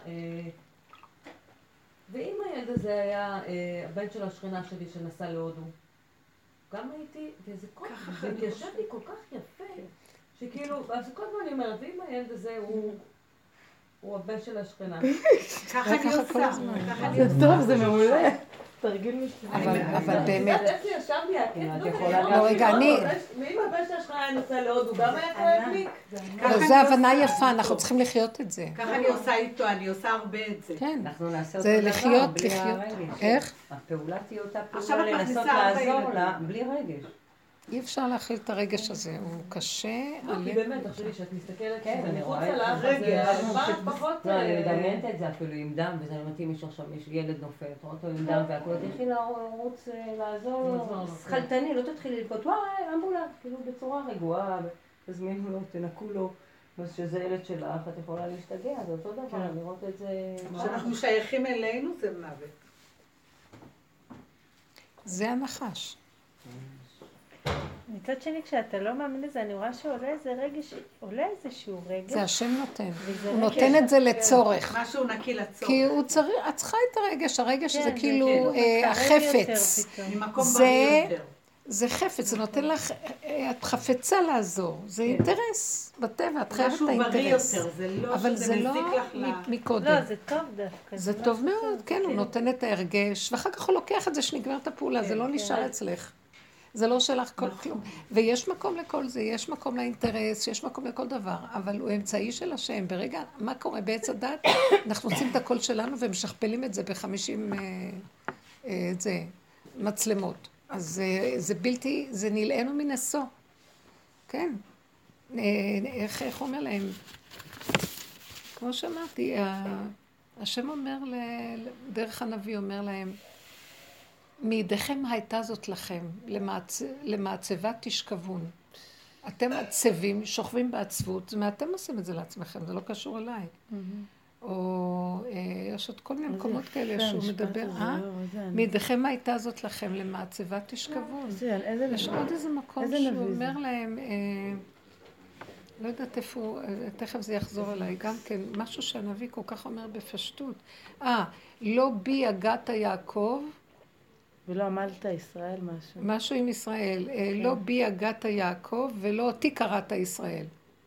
ואם הילד הזה היה הבן של השכנה שלי שנסע להודו, גם הייתי, וזה כל כך, זה יושב לי כל כך יפה, שכאילו, אז כל הזמן אני אומרת, ואם הילד הזה הוא הבן של השכנה. ככה אני עושה. זה טוב, זה מעולה. תרגיל משתנה. אבל באמת... איפה ישב לי הקטע? לא, רגע, אני... ואם הבן של השכנה היה נוסע להודו, גם היה כואב לי? זו הבנה יפה, אנחנו צריכים לחיות את זה. ככה אני עושה איתו, אני עושה הרבה את זה. כן. אנחנו נעשה זה אותו לחיות, דבר, בלי הרגש. איך? הפעולה תהיה אותה עכשיו פעולה את לנסות מכניסה הרבה לעזור ילדים. לה, בלי רגש. אי אפשר להכיל את הרגש הזה, הוא קשה. כי באמת, תחשבי שאת מסתכלת, אני מחוץ רואה עליו, אז פחות... אני מדמיינת את זה אפילו עם דם, וזה מתאים עכשיו, יש ילד נופל, אתה רואה אותו עם דם והכל, תתחיל לרוץ לעזור לו, חלטני, לא תתחיל לבכות, וואי, אמבולנס, כאילו בצורה רגועה, תזמינו לו, תנקו לו, שזה ילד שלך, את יכולה להשתגע, זה אותו דבר, לראות את זה... כשאנחנו שייכים אלינו זה מוות. זה הנחש. מצד שני, כשאתה לא מאמין לזה, אני רואה שעולה איזה רגש, עולה איזשהו רגש. זה השם נותן. הוא נותן את זה לצורך. משהו נקי לצורך. כי הוא צריך, את צריכה את הרגש, הרגש זה כאילו החפץ. ממקום בריא יותר. זה חפץ, זה נותן לך, את חפצה לעזור. זה אינטרס בטבע, את חייבת את האינטרס. אבל זה לא מקודם. לא, זה טוב דווקא. זה טוב מאוד, כן, הוא נותן את ההרגש, ואחר כך הוא לוקח את זה שנגמר את הפעולה, זה לא נשאר אצלך. זה לא שלך כל כלום. ויש מקום לכל זה, יש מקום לאינטרס, יש מקום לכל דבר, אבל הוא אמצעי של השם. ברגע, מה קורה בעץ הדת? אנחנו עושים את הכל שלנו ומשכפלים את זה ב50 מצלמות. אז זה בלתי, זה נלאנו מנסו. כן. איך אומר להם? כמו שאמרתי, השם אומר, דרך הנביא אומר להם, מידיכם הייתה זאת לכם, למעצבת תשכבון. אתם עצבים, שוכבים בעצבות, זאת אומרת, אתם עושים את זה לעצמכם, זה לא קשור אליי. או יש עוד כל מיני מקומות כאלה שהוא מדבר, מידיכם הייתה זאת לכם, למעצבת תשכבון. יש עוד איזה מקום שהוא אומר להם, לא יודעת איפה, תכף זה יחזור אליי, גם כן, משהו שהנביא כל כך אומר בפשטות. לא בי הגעת יעקב, ולא עמלת ישראל משהו. משהו עם ישראל. לא בי הגעת יעקב ולא אותי קראת ישראל.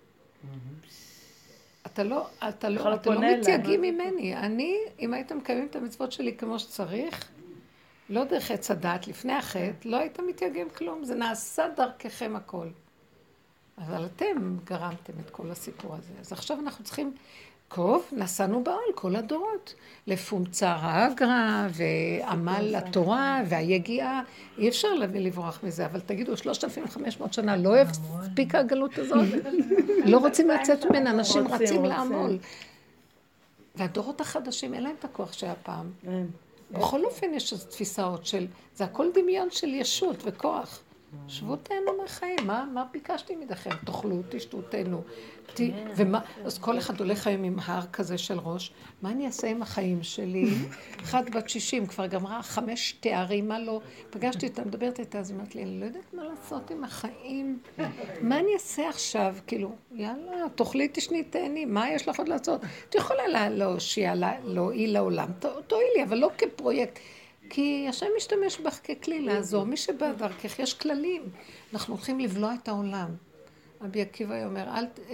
אתה לא מתייגים ממני. אני, אם הייתם מקיימים את המצוות שלי כמו שצריך, לא דרך עץ הדעת, לפני החטא, לא הייתם מתייגים כלום. זה נעשה דרככם הכל. אבל אתם גרמתם את כל הסיפור הזה. אז עכשיו אנחנו צריכים... טוב, נסענו בעול כל הדורות, לפומצר האגרא ועמל התורה והיגיעה, אי אפשר לברוח מזה, אבל תגידו, 3,500 שנה לא הספיקה הגלות הזאת? לא רוצים לצאת ממנה, אנשים רצים לעמול. והדורות החדשים, אין להם את הכוח שהיה פעם. בכל אופן יש תפיסאות של, זה הכל דמיון של ישות וכוח. שבו תהנו מהחיים, מה ביקשתי מדכם? תאכלו, תשתו, תהנו. אז כל אחד הולך היום עם הר כזה של ראש, מה אני אעשה עם החיים שלי? אחת בת 60, כבר גמרה 5 תארים, מה לא? פגשתי אותה, מדברת איתה, אז אמרת לי, אני לא יודעת מה לעשות עם החיים. מה אני אעשה עכשיו? כאילו, יאללה, תאכלי, תשני, תהני, מה יש לך עוד לעשות? את יכולה להושיע, להועיל לעולם, תועילי, אבל לא כפרויקט. כי השם משתמש בך ככלי לעזור. מי שבא דרכך, יש כללים. אנחנו הולכים לבלוע את העולם. רבי עקיבא אומר,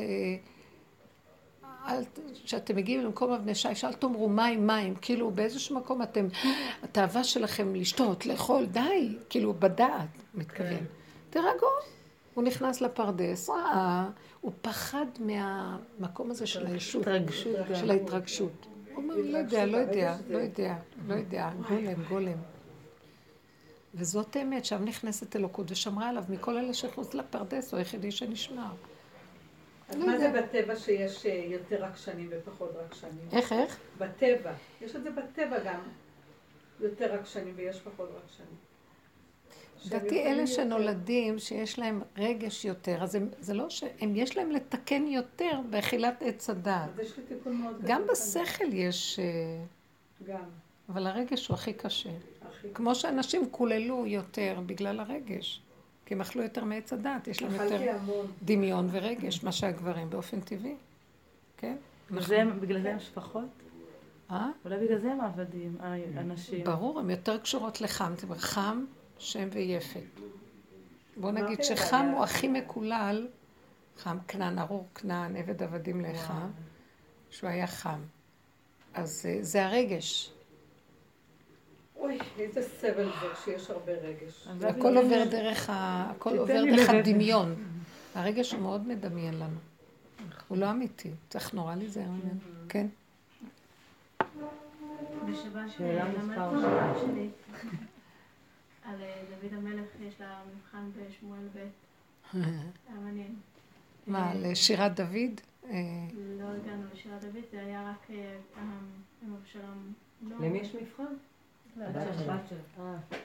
כשאתם מגיעים למקום אבני שיש, אל תאמרו מים, כאילו באיזשהו מקום אתם, התאווה שלכם לשתות, לאכול, די, כאילו בדעת, מתכוון. תרגעו. הוא נכנס לפרדס, הוא פחד מהמקום הזה של הישות, של ההתרגשות. הוא אומר, לא יודע, גולם. וזאת האמת, שם נכנסת אלוקות ושמרה עליו מכל אלה שחוץ לפרדס, הוא היחידי שנשמר. אז מה זה בטבע שיש יותר רגשנים ופחות רגשנים? איך? בטבע. יש את זה בטבע גם. יותר רגשנים ויש פחות רגשנים. דעתי אלה שנולדים, שיש להם רגש יותר, אז זה לא שהם יש להם לתקן יותר באכילת עץ הדעת. אז יש לי תיקון מאוד גדול. גם בשכל יש... גם. אבל הרגש הוא הכי קשה. כמו שאנשים כוללו יותר בגלל הרגש. כי הם אכלו יותר מעץ הדעת, יש להם יותר דמיון ורגש, מה שהגברים באופן טבעי. כן? בגלל זה הם שפחות? אולי בגלל זה הם עבדים, האנשים. ברור, הם יותר קשורות לחם. זאת אומרת, חם, שם ויפת. בוא נגיד שחם הוא הכי מקולל, חם כנען, ארור כנען, עבד עבדים לחם, שהוא היה חם. אז זה הרגש. אוי, איזה סבל זה שיש הרבה רגש. הכל עובר דרך הדמיון. הרגש הוא מאוד מדמיין לנו. הוא לא אמיתי. צריך נורא להיזהר ממנו. כן? בשבת למדנו שלי. על דוד המלך, יש לה מבחן בשמואל ב'. היה מעניין. מה, לשירת דוד? לא הגענו לשירת דוד, זה היה רק עם אבשלום. למי יש מבחן? לבת שלו.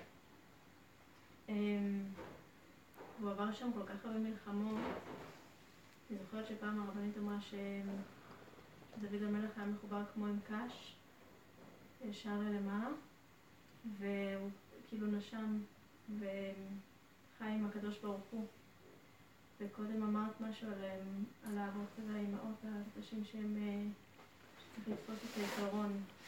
הוא עבר שם כל כך הרבה מלחמות. אני זוכרת שפעם הרבנית אמרה שדוד המלך היה מחובר כמו עם קש, ישר ללמעלה, והוא כאילו נשם וחי עם הקדוש ברוך הוא. וקודם אמרת משהו על האבות והאימהות, האנשים שהם צריך לתפוס את העיקרון.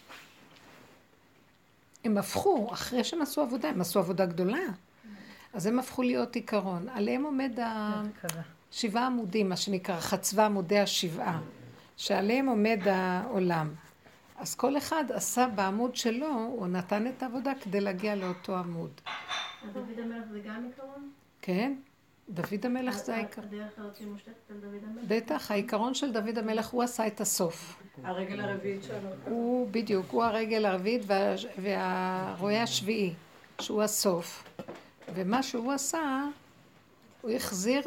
הם הפכו, אחרי שהם עשו עבודה, הם עשו עבודה גדולה. אז הם הפכו להיות עיקרון. עליהם עומד 7 עמודים, מה שנקרא, חצבה עמודי השבעה, שעליהם עומד העולם. אז כל אחד עשה בעמוד שלו, הוא נתן את העבודה כדי להגיע לאותו עמוד. אז דוד המלך זה גם עיקרון? כן, דוד המלך זה העיקרון. הדרך הזאת מושתתת על דוד המלך? בטח, העיקרון של דוד המלך, הוא עשה את הסוף. הרגל הרביעית שלו. הוא בדיוק, הוא הרגל הרביעית והרועה השביעי, שהוא הסוף. ומה שהוא עשה, הוא החזיר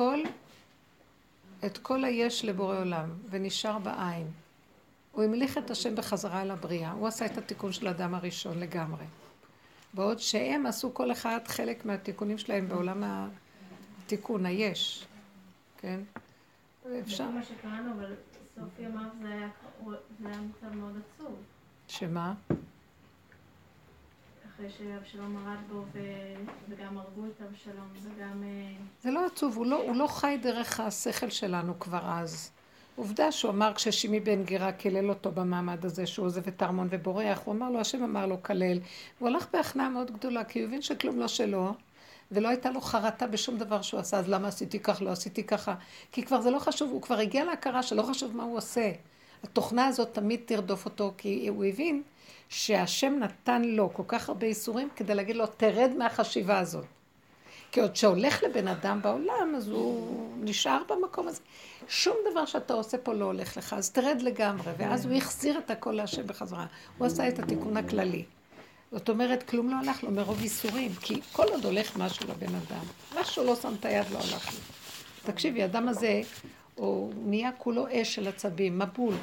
את כל היש לבורא עולם, ונשאר בעין. הוא המליך את השם בחזרה אל הבריאה. הוא עשה את התיקון של האדם הראשון לגמרי. בעוד שהם עשו כל אחד חלק מהתיקונים שלהם בעולם התיקון, היש. כן? אפשר. זה מה שקראנו, אבל סוף ימיו זה היה מצב מאוד עצוב. שמה? אחרי שאבשלום מרד בו וגם הרגו את אבשלום, וגם... זה לא עצוב, הוא לא חי דרך השכל שלנו כבר אז. עובדה שהוא אמר כששימי בן גירה כלל אותו במעמד הזה שהוא עוזב את הארמון ובורח, הוא אמר לו, השם אמר לו כלל, הוא הלך בהכנעה מאוד גדולה כי הוא הבין שכלום לא שלו ולא הייתה לו חרטה בשום דבר שהוא עשה, אז למה עשיתי כך, לא עשיתי ככה, כי כבר זה לא חשוב, הוא כבר הגיע להכרה שלא חשוב מה הוא עושה. התוכנה הזאת תמיד תרדוף אותו כי הוא הבין שהשם נתן לו כל כך הרבה איסורים כדי להגיד לו תרד מהחשיבה הזאת. כי עוד שהולך לבן אדם בעולם, אז הוא נשאר במקום הזה. שום דבר שאתה עושה פה לא הולך לך, אז תרד לגמרי. ואז הוא החזיר את הכל להשם בחזרה. הוא עשה את התיקון הכללי. זאת אומרת, כלום לא הלך לו מרוב איסורים, כי כל עוד הולך משהו לבן אדם. משהו לא שם את היד, לא הלך לו. תקשיבי, האדם הזה, הוא נהיה כולו אש של עצבים, מבול.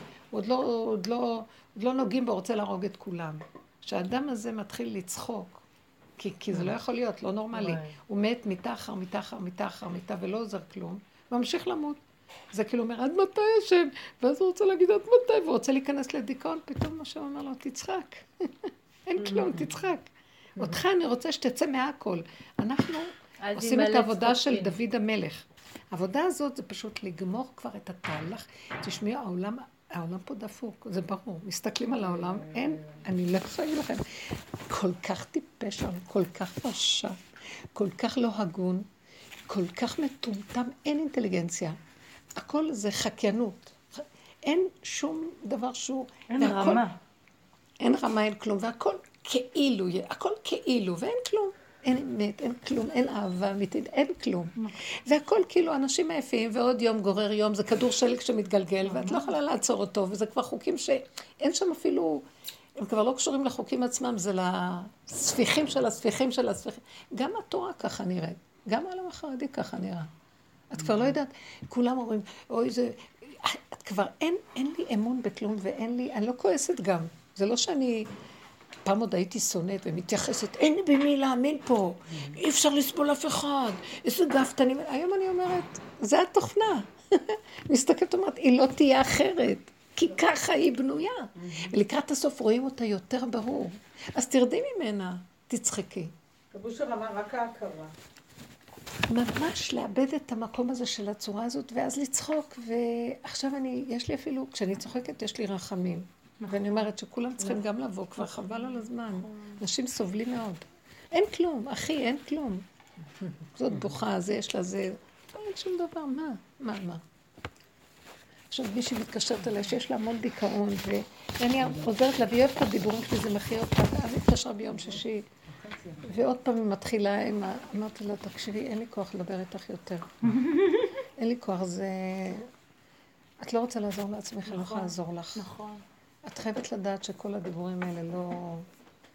עוד לא נוגעים בו, רוצה להרוג את כולם. שהאדם הזה מתחיל לצחוק. כי זה לא יכול להיות, לא נורמלי. הוא מת מיטה אחר מיטה אחר מיטה אחר מיטה ולא עוזר כלום, ממשיך למות. זה כאילו אומר, עד מתי השם? ואז הוא רוצה להגיד עד מתי, והוא רוצה להיכנס לדיכאון, פתאום השם אומר לו, תצחק. אין כלום, תצחק. אותך אני רוצה שתצא מהכל. אנחנו עושים את העבודה של דוד המלך. העבודה הזאת זה פשוט לגמור כבר את התהלך. תשמעו, העולם פה דפוק, זה ברור. מסתכלים על העולם, אין, אני לא יכולה להגיד לכם, כל כך טיפש, כל כך רשע, כל כך לא הגון, כל כך מטומטם, אין אינטליגנציה. הכל זה חקיינות. אין שום דבר שהוא... אין רמה. אין רמה, אין כלום, והכל כאילו, הכל כאילו, ואין כלום. אין אמת, אין כלום, אין אהבה אמיתית, אין כלום. והכל כאילו אנשים עייפים, ועוד יום גורר יום, זה כדור שלג שמתגלגל, ואת לא יכולה לעצור אותו, וזה כבר חוקים שאין שם אפילו, הם כבר לא קשורים לחוקים עצמם, זה לספיחים של הספיחים של הספיחים. גם התורה ככה נראית, גם העולם החרדי ככה נראה. את כבר לא יודעת, כולם אומרים, אוי זה, את כבר אין לי אמון בכלום, ואין לי, אני לא כועסת גם. זה לא שאני... פעם עוד הייתי שונאת ומתייחסת, אין לי במי להאמין פה, אי אפשר לסבול אף אחד, איזה גפתני, היום אני אומרת, זה התוכנה. מסתכלת אומרת, היא לא תהיה אחרת, כי ככה היא בנויה. ולקראת הסוף רואים אותה יותר ברור. אז תרדי ממנה, תצחקי. רבושר אמר רק ההכרה. ממש לאבד את המקום הזה של הצורה הזאת, ואז לצחוק, ועכשיו יש לי אפילו, כשאני צוחקת, יש לי רחמים. ואני אומרת שכולם צריכים גם לבוא, כבר חבל על הזמן. אנשים סובלים מאוד. אין כלום, אחי, אין כלום. זאת בוכה, זה יש לה זה. לא אין שום דבר, מה? עכשיו מישהי מתקשרת אליי שיש לה המון דיכאון, ואני עוזרת לה, והיא אוהבת את הדיבורים שלי, זה מחיה אותה, ואז התקשרה ביום שישי. ועוד פעם היא מתחילה, אמרתי לה, תקשיבי, אין לי כוח לדבר איתך יותר. אין לי כוח, זה... את לא רוצה לעזור לעצמך, אני לא יכולה לעזור לך. נכון. את חייבת לדעת שכל הדיבורים האלה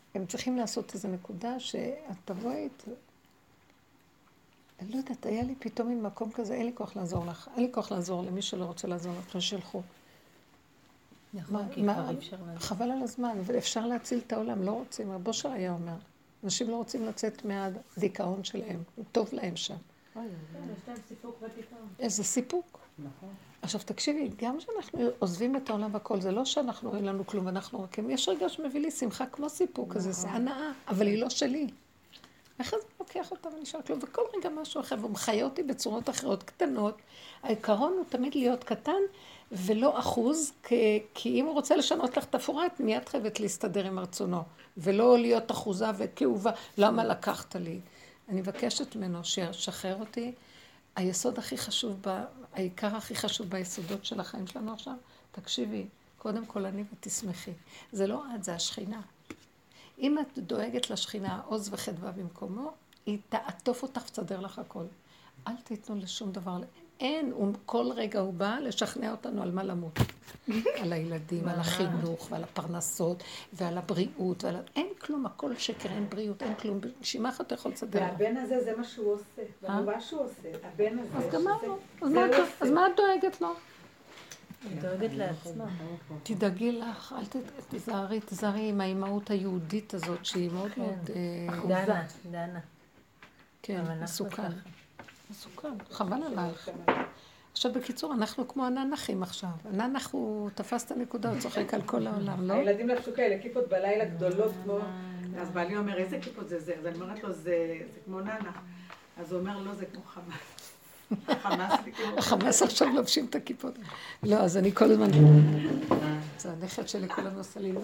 הם צריכים לעשות איזו נקודה שאת תבואי, אני לא יודעת, היה לי פתאום ממקום כזה, אין לי כוח לעזור לך, אין לי כוח לעזור למי שלא רוצה לעזור לך, לא שילכו. נכון, כי כבר אפשר לעזור. חבל על הזמן, ואפשר להציל את העולם, לא רוצים, רבו שר היה אומר, אנשים לא רוצים לצאת מהדיכאון שלהם, טוב להם שם. יש להם סיפוק ודיכאון. איזה סיפוק. נכון. עכשיו תקשיבי, גם שאנחנו עוזבים את העולם והכל, זה לא שאנחנו אין לנו כלום ואנחנו רק, יש רגע שמביא לי שמחה כמו סיפוק כזה, זה הנאה, אבל היא לא שלי. איך זה לוקח אותה ונשאר כלום, וכל רגע משהו אחר, והוא מחיה אותי בצורות אחרות קטנות. העיקרון הוא תמיד להיות קטן ולא אחוז, כי אם הוא רוצה לשנות לך תפורה, את מיד חייבת להסתדר עם רצונו, ולא להיות אחוזה וכאובה, למה לקחת לי? אני מבקשת ממנו שישחרר אותי. היסוד הכי חשוב, העיקר הכי חשוב ביסודות של החיים שלנו עכשיו, תקשיבי, קודם כל אני ותשמחי. זה לא את, זה השכינה. אם את דואגת לשכינה, עוז וחדווה במקומו, היא תעטוף אותך ותסדר לך הכל. אל תיתנו לשום דבר. אין, כל רגע הוא בא לשכנע אותנו על מה למות. על הילדים, על החינוך ועל הפרנסות ועל הבריאות. אין כלום, הכל שקר, אין בריאות, אין כלום. נשימה אחת אתה יכול לסדר. והבן הזה זה מה שהוא עושה. והמובן שהוא עושה. הבן הזה. אז גמרנו. אז מה את דואגת לו? היא דואגת לעצמה. תדאגי לך, אל תזהרי עם האימהות היהודית הזאת שהיא מאוד מאוד דנה. כן, מסוכן. מסוכן, חבל עלייך. עכשיו בקיצור, אנחנו כמו הננחים עכשיו. הננח הוא תפס את הנקודה, הוא צוחק על כל העולם, לא? הילדים לבשו כאלה כיפות בלילה גדולות כמו... אז בעלי אומר, איזה כיפות זה זה? אז אני אומרת לו, זה כמו ננח. אז הוא אומר, לא, זה כמו חמאס. החמאס עכשיו לובשים את הכיפות. לא, אז אני כל הזמן... זה הנכד שלי, כל הזמן עושה לי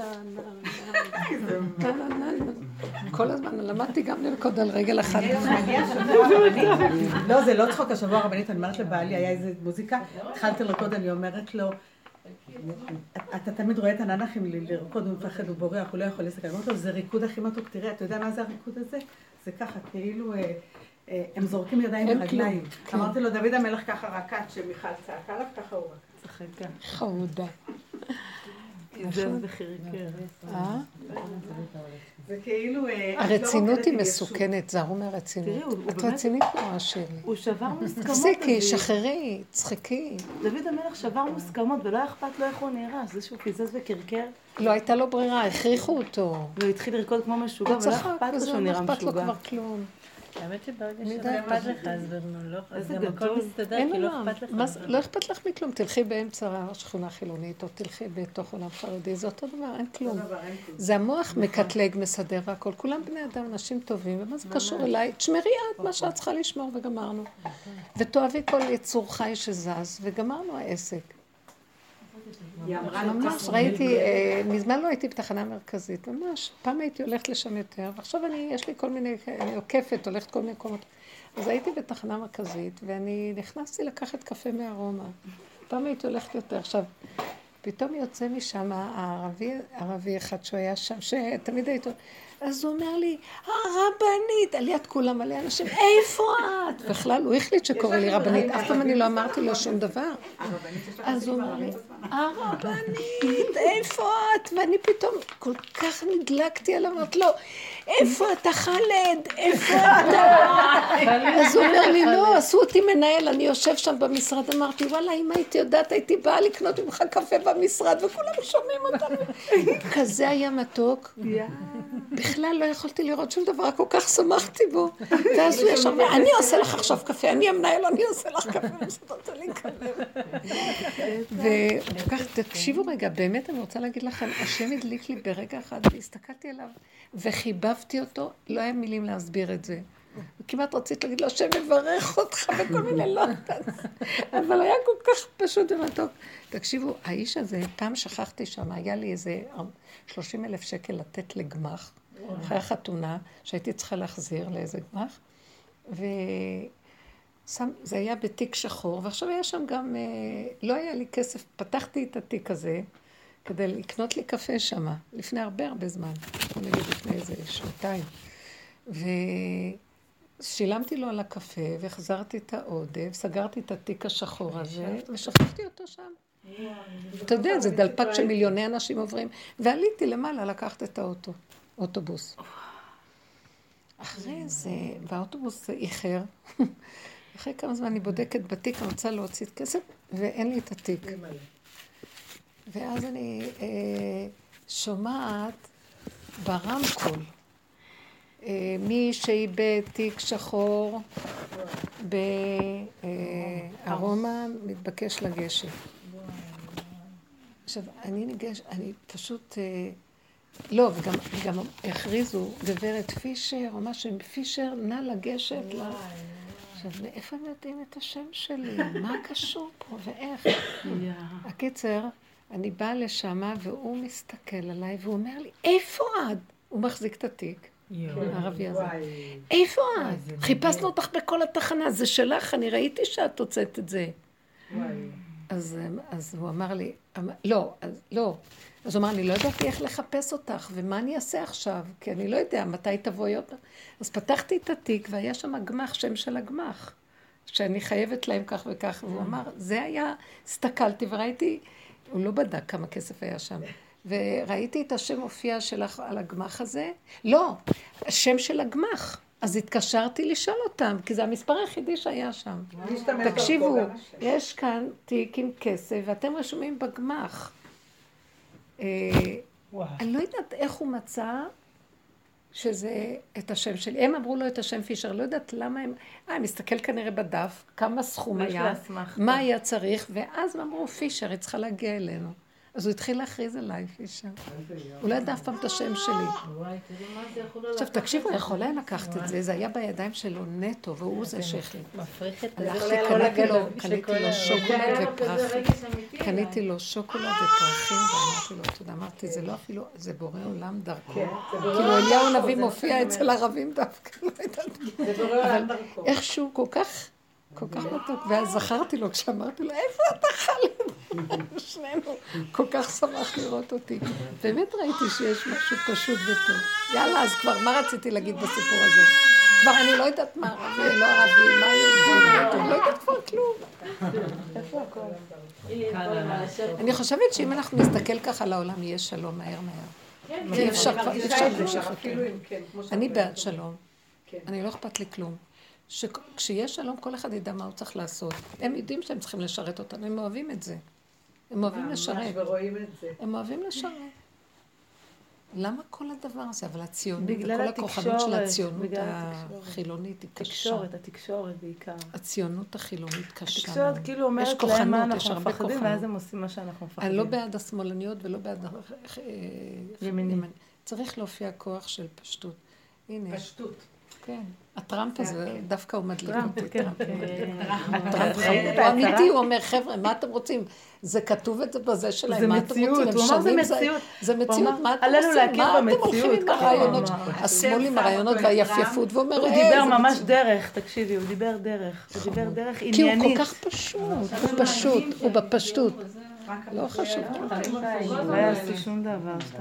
כל הזמן, למדתי גם לרקוד על רגל אחת. לא, זה לא צחוק השבוע הרבנית, אני אומרת לבעלי, היה איזה מוזיקה, התחלתי לרקוד, אני אומרת לו, אתה תמיד רואה את הננחים לרקוד, הוא מפחד, הוא בורח, הוא לא יכול לסקר. אני אומרת לו, זה ריקוד הכי מתוק, תראה, אתה יודע מה זה הריקוד הזה? זה ככה, כאילו... הם זורקים ידיים ברגליים. אמרתי לו, דוד המלך ככה רקד, שמיכל צעקה עליו, ככה הוא רקד. צחקה. חמודה. זה וחיריקר. זה כאילו... הרצינות היא מסוכנת, זהרו מהרצינות. את רצינית נורא שלי. הוא שבר מוסכמות. תפסיקי, שחררי, צחקי. דוד המלך שבר מוסכמות, ולא אכפת לו איך הוא נראה. זה שהוא פיזז וקרקר. לא הייתה לו ברירה, הכריחו אותו. והוא התחיל לרקוד כמו משוגע, ולא אכפת לו שהוא נראה משוגע. לא אכפת לו כבר כלום. האמת שברגע שלא אכפת לך, אז לא, אז גם הכל מסתדר, כי לא אכפת לך. לא אכפת לך מכלום, תלכי באמצע השכונה החילונית, או תלכי בתוך עולם חרדי, זה אותו דבר, אין כלום. זה המוח מקטלג, מסדר והכל, כולם בני אדם, אנשים טובים, ומה זה קשור אליי? תשמרי את מה שאת צריכה לשמור, וגמרנו. ותאהבי כל יצור חי שזז, וגמרנו העסק. ממש ראיתי, מזמן לא הייתי בתחנה מרכזית, ממש, פעם הייתי הולכת לשם יותר, ועכשיו יש לי כל מיני, אני עוקפת, הולכת כל מיני מקומות. אז הייתי בתחנה מרכזית, ואני נכנסתי לקחת קפה מארומה. פעם הייתי הולכת יותר. עכשיו, פתאום יוצא משם הערבי אחד שהוא היה שם, שתמיד הייתו, אז הוא אומר לי, הרבנית, על יד כולם מלא אנשים, איפה את? בכלל, הוא החליט שקורא לי רבנית, אף פעם אני לא אמרתי לו שום דבר. אז הוא אומר לי, הרבנית, איפה את? ואני פתאום כל כך נדלקתי עליו, אמרת לו, איפה אתה חלד? איפה אתה? אז הוא אומר לי, לא, עשו אותי מנהל, אני יושב שם במשרד, אמרתי, וואלה, אם הייתי יודעת, הייתי באה לקנות ממך קפה במשרד, וכולם שומעים אותנו. כזה היה מתוק. בכלל לא יכולתי לראות שום דבר, כל כך שמחתי בו. ואז הוא ישר, אני עושה לך עכשיו קפה, אני המנהל, אני עושה לך קפה, ושתות לי קפה. וכך, תקשיבו רגע, באמת אני רוצה להגיד לכם, השם הדליק לי ברגע אחד, והסתכלתי עליו, וחיבבתי אותו, לא היה מילים להסביר את זה. וכמעט רצית להגיד לו, השם מברך אותך, וכל מיני לא יודעת. אבל היה כל כך פשוט ומתוק. תקשיבו, האיש הזה, פעם שכחתי שם, היה לי איזה 30,000 שקל לתת לגמח, אחרי החתונה, שהייתי צריכה להחזיר לאיזה גמח, וזה היה בתיק שחור, ועכשיו היה שם גם, לא היה לי כסף, פתחתי את התיק הזה, כדי לקנות לי קפה שם, לפני הרבה זמן, אני נגיד לפני איזה 2 ושילמתי לו על הקפה, והחזרתי את העודף, סגרתי את התיק השחור הזה, ושכחתי אותו שם. אתה יודע, זה דלפק שמיליוני אנשים עוברים, ועליתי למעלה לקחת את האוטו. אוטובוס. אחרי זה, והאוטובוס איחר. אחרי כמה זמן אני בודקת בתיק, אני רוצה להוציא כסף, ואין לי את התיק. ואז אני שומעת ברמקול, מי שאיבד תיק שחור בארומה מתבקש לגשת. עכשיו, אני פשוט, לא, וגם הכריזו גברת פישר, או משהו עם פישר, נא לגשת. עכשיו, מאיפה הם יודעים את השם שלי? מה קשור פה ואיך? הקיצר, אני באה לשם והוא מסתכל עליי והוא אומר לי, איפה את? הוא מחזיק את התיק. הערבי הזה. איפה את? חיפשנו אותך בכל התחנה, זה שלך, אני ראיתי שאת הוצאת את זה. אז הוא אמר לי, לא. אז הוא אמר לי, לא ידעתי איך לחפש אותך, ומה אני אעשה עכשיו? כי אני לא יודע מתי תבואי אותך. אז פתחתי את התיק, והיה שם הגמח, שם של הגמח, שאני חייבת להם כך וכך, והוא אמר, זה היה, הסתכלתי וראיתי, הוא לא בדק כמה כסף היה שם. וראיתי את השם הופיע שלך על הגמח הזה. לא, השם של הגמח. אז התקשרתי לשאול אותם, כי זה המספר היחידי שהיה שם. תקשיבו, יש כאן תיק עם כסף, ואתם רשומים בגמח. אני לא יודעת איך הוא מצא שזה את השם שלי. הם אמרו לו את השם פישר, לא יודעת למה הם... מסתכל כנראה בדף, כמה סכום היה, מה היה צריך, ואז הם אמרו פישר, היא צריכה להגיע אלינו. אז הוא התחיל להכריז עליי, פישר. הוא לא ידע אף פעם את השם שלי. עכשיו, תקשיבו, הוא יכול היה לקחת את זה, זה היה בידיים שלו נטו, והוא זה שהחליט. הלכתי, קניתי לו שוקולד ופרחים. קניתי לו שוקולד ופרחים, ואמרתי לו, תודה, אמרתי, זה לא אפילו, זה בורא עולם דרכו. כאילו, אליהו הנביא מופיע אצל ערבים דווקא, לא יודעת. אבל איכשהו כל כך מתוק, ואז זכרתי לו כשאמרתי לו, איפה אתה חלד? שנינו, כל כך שמח לראות אותי. באמת ראיתי שיש משהו פשוט וטוב. יאללה, אז כבר, מה רציתי להגיד בסיפור הזה? כבר אני לא יודעת מה ערבי, לא ערבי, מה יהודי, לא יודעת כבר כלום. איפה הכל? אני חושבת שאם אנחנו נסתכל ככה על העולם, יהיה שלום מהר. כי אי אפשר להמשיך אותו. אני בעד שלום. אני לא אכפת לי כלום. שכשיש שלום, כל אחד ידע מה הוא צריך לעשות. הם יודעים שהם צריכים לשרת אותנו, הם אוהבים את זה. הם אוהבים לשרת. הם אוהבים לשרת. למה כל הדבר הזה? אבל הציונות, וכל הכוחנות של הציונות החילונית היא קשה. התקשורת בעיקר. הציונות החילונית קשה. התקשורת כאילו אומרת להם מה אנחנו מפחדים, ואז הם עושים מה שאנחנו מפחדים. אני לא בעד השמאלניות ולא בעד ימנים. צריך להופיע כוח של פשטות. הנה. פשטות. כן. הטראמפ הזה, דווקא הוא מדליק אותי. הטראמפ הוא אמיתי, הוא אומר, חבר'ה, מה אתם רוצים? זה כתוב את זה בזה שלהם, מה אתם רוצים? הוא אמר, זה מציאות. זה מציאות, מה אתם עושים? מה אתם הולכים עם הרעיונות? השמאל עם הרעיונות והיפייפות, ואומר, הוא דיבר ממש דרך, תקשיבי, הוא דיבר דרך עניינית. כי הוא כל כך פשוט, הוא בפשטות. לא חשוב. לא יעשו שום דבר, סתם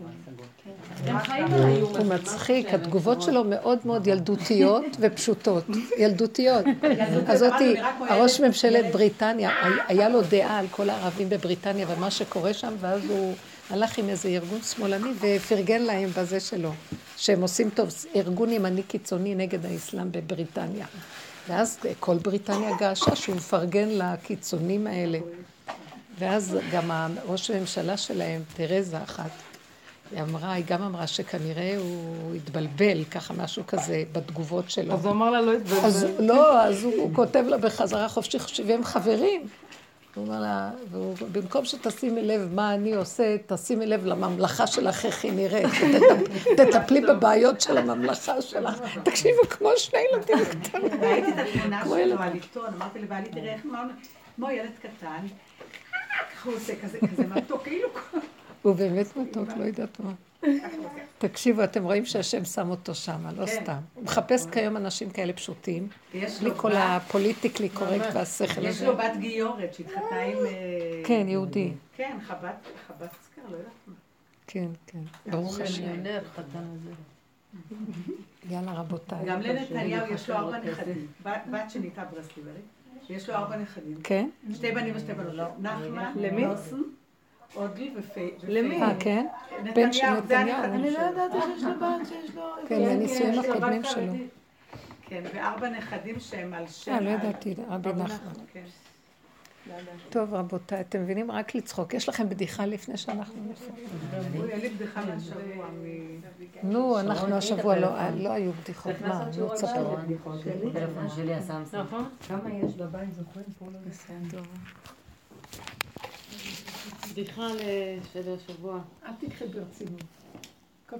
שטויות. הוא מצחיק, התגובות שלו מאוד מאוד ילדותיות ופשוטות. ילדותיות. אז אותי, הראש ממשלת בריטניה, היה לו דעה על כל הערבים בבריטניה ומה שקורה שם, ואז הוא הלך עם איזה ארגון שמאלני ופרגן להם בזה שלו, שהם עושים טוב, ארגון ימני קיצוני נגד האסלאם בבריטניה. ואז כל בריטניה געשה שהוא מפרגן לקיצונים האלה. ואז גם ראש הממשלה שלהם, תרזה אחת, היא גם אמרה שכנראה הוא התבלבל, ככה משהו כזה בתגובות שלו. אז הוא אמר לה לא התבלבל. לא, אז הוא כותב לה בחזרה חופשי, והם חברים. הוא אומר לה, במקום שתשימי לב מה אני עושה, תשימי לב לממלכה שלך איך היא נראית, תטפלי בבעיות של הממלכה שלך. תקשיבו, כמו שני ילדים קטנים. ראיתי את התמונה שלו על עיתון, אמרתי לבעלי, תראה איך כמו ילד קטן, ככה הוא עושה כזה מתוק, כאילו כל... הוא באמת מתוק, לא יודעת מה. תקשיבו, אתם רואים שהשם שם אותו שם, לא סתם. הוא מחפש כיום אנשים כאלה פשוטים, בלי כל הפוליטיקלי קורקט והשכל הזה. יש לו בת גיורת שהתחתה עם... כן, יהודי. כן, חבת סקר, לא יודעת מה. כן, ברוך השם. יאללה רבותיי. גם לנתניהו יש לו 4 נכדים. בת שנהייתה ברסליברית. יש לו 4 נכדים. כן? 2 בנים ו2 בנות. נחמן, למי? נוסן, אודלי ופי. למי? כן? בן של נתניהו. אני לא ידעתי שיש לו בת שיש לו... כן, בנישואים הקודמים שלו. כן, ו4 נכדים שהם על שם... לא ידעתי, רבי נחמן. טוב, רבותיי, אתם מבינים? רק לצחוק. יש לכם בדיחה לפני שאנחנו נפרדים. אין לי בדיחה מהשבוע. נו, אנחנו השבוע לא היו בדיחות. מה, לא צפו. טלפון שלי עשה מסך. כמה יש בבית זוכרים פה לא בסדר. בדיחה של השבוע. אל תקחי ברצינות.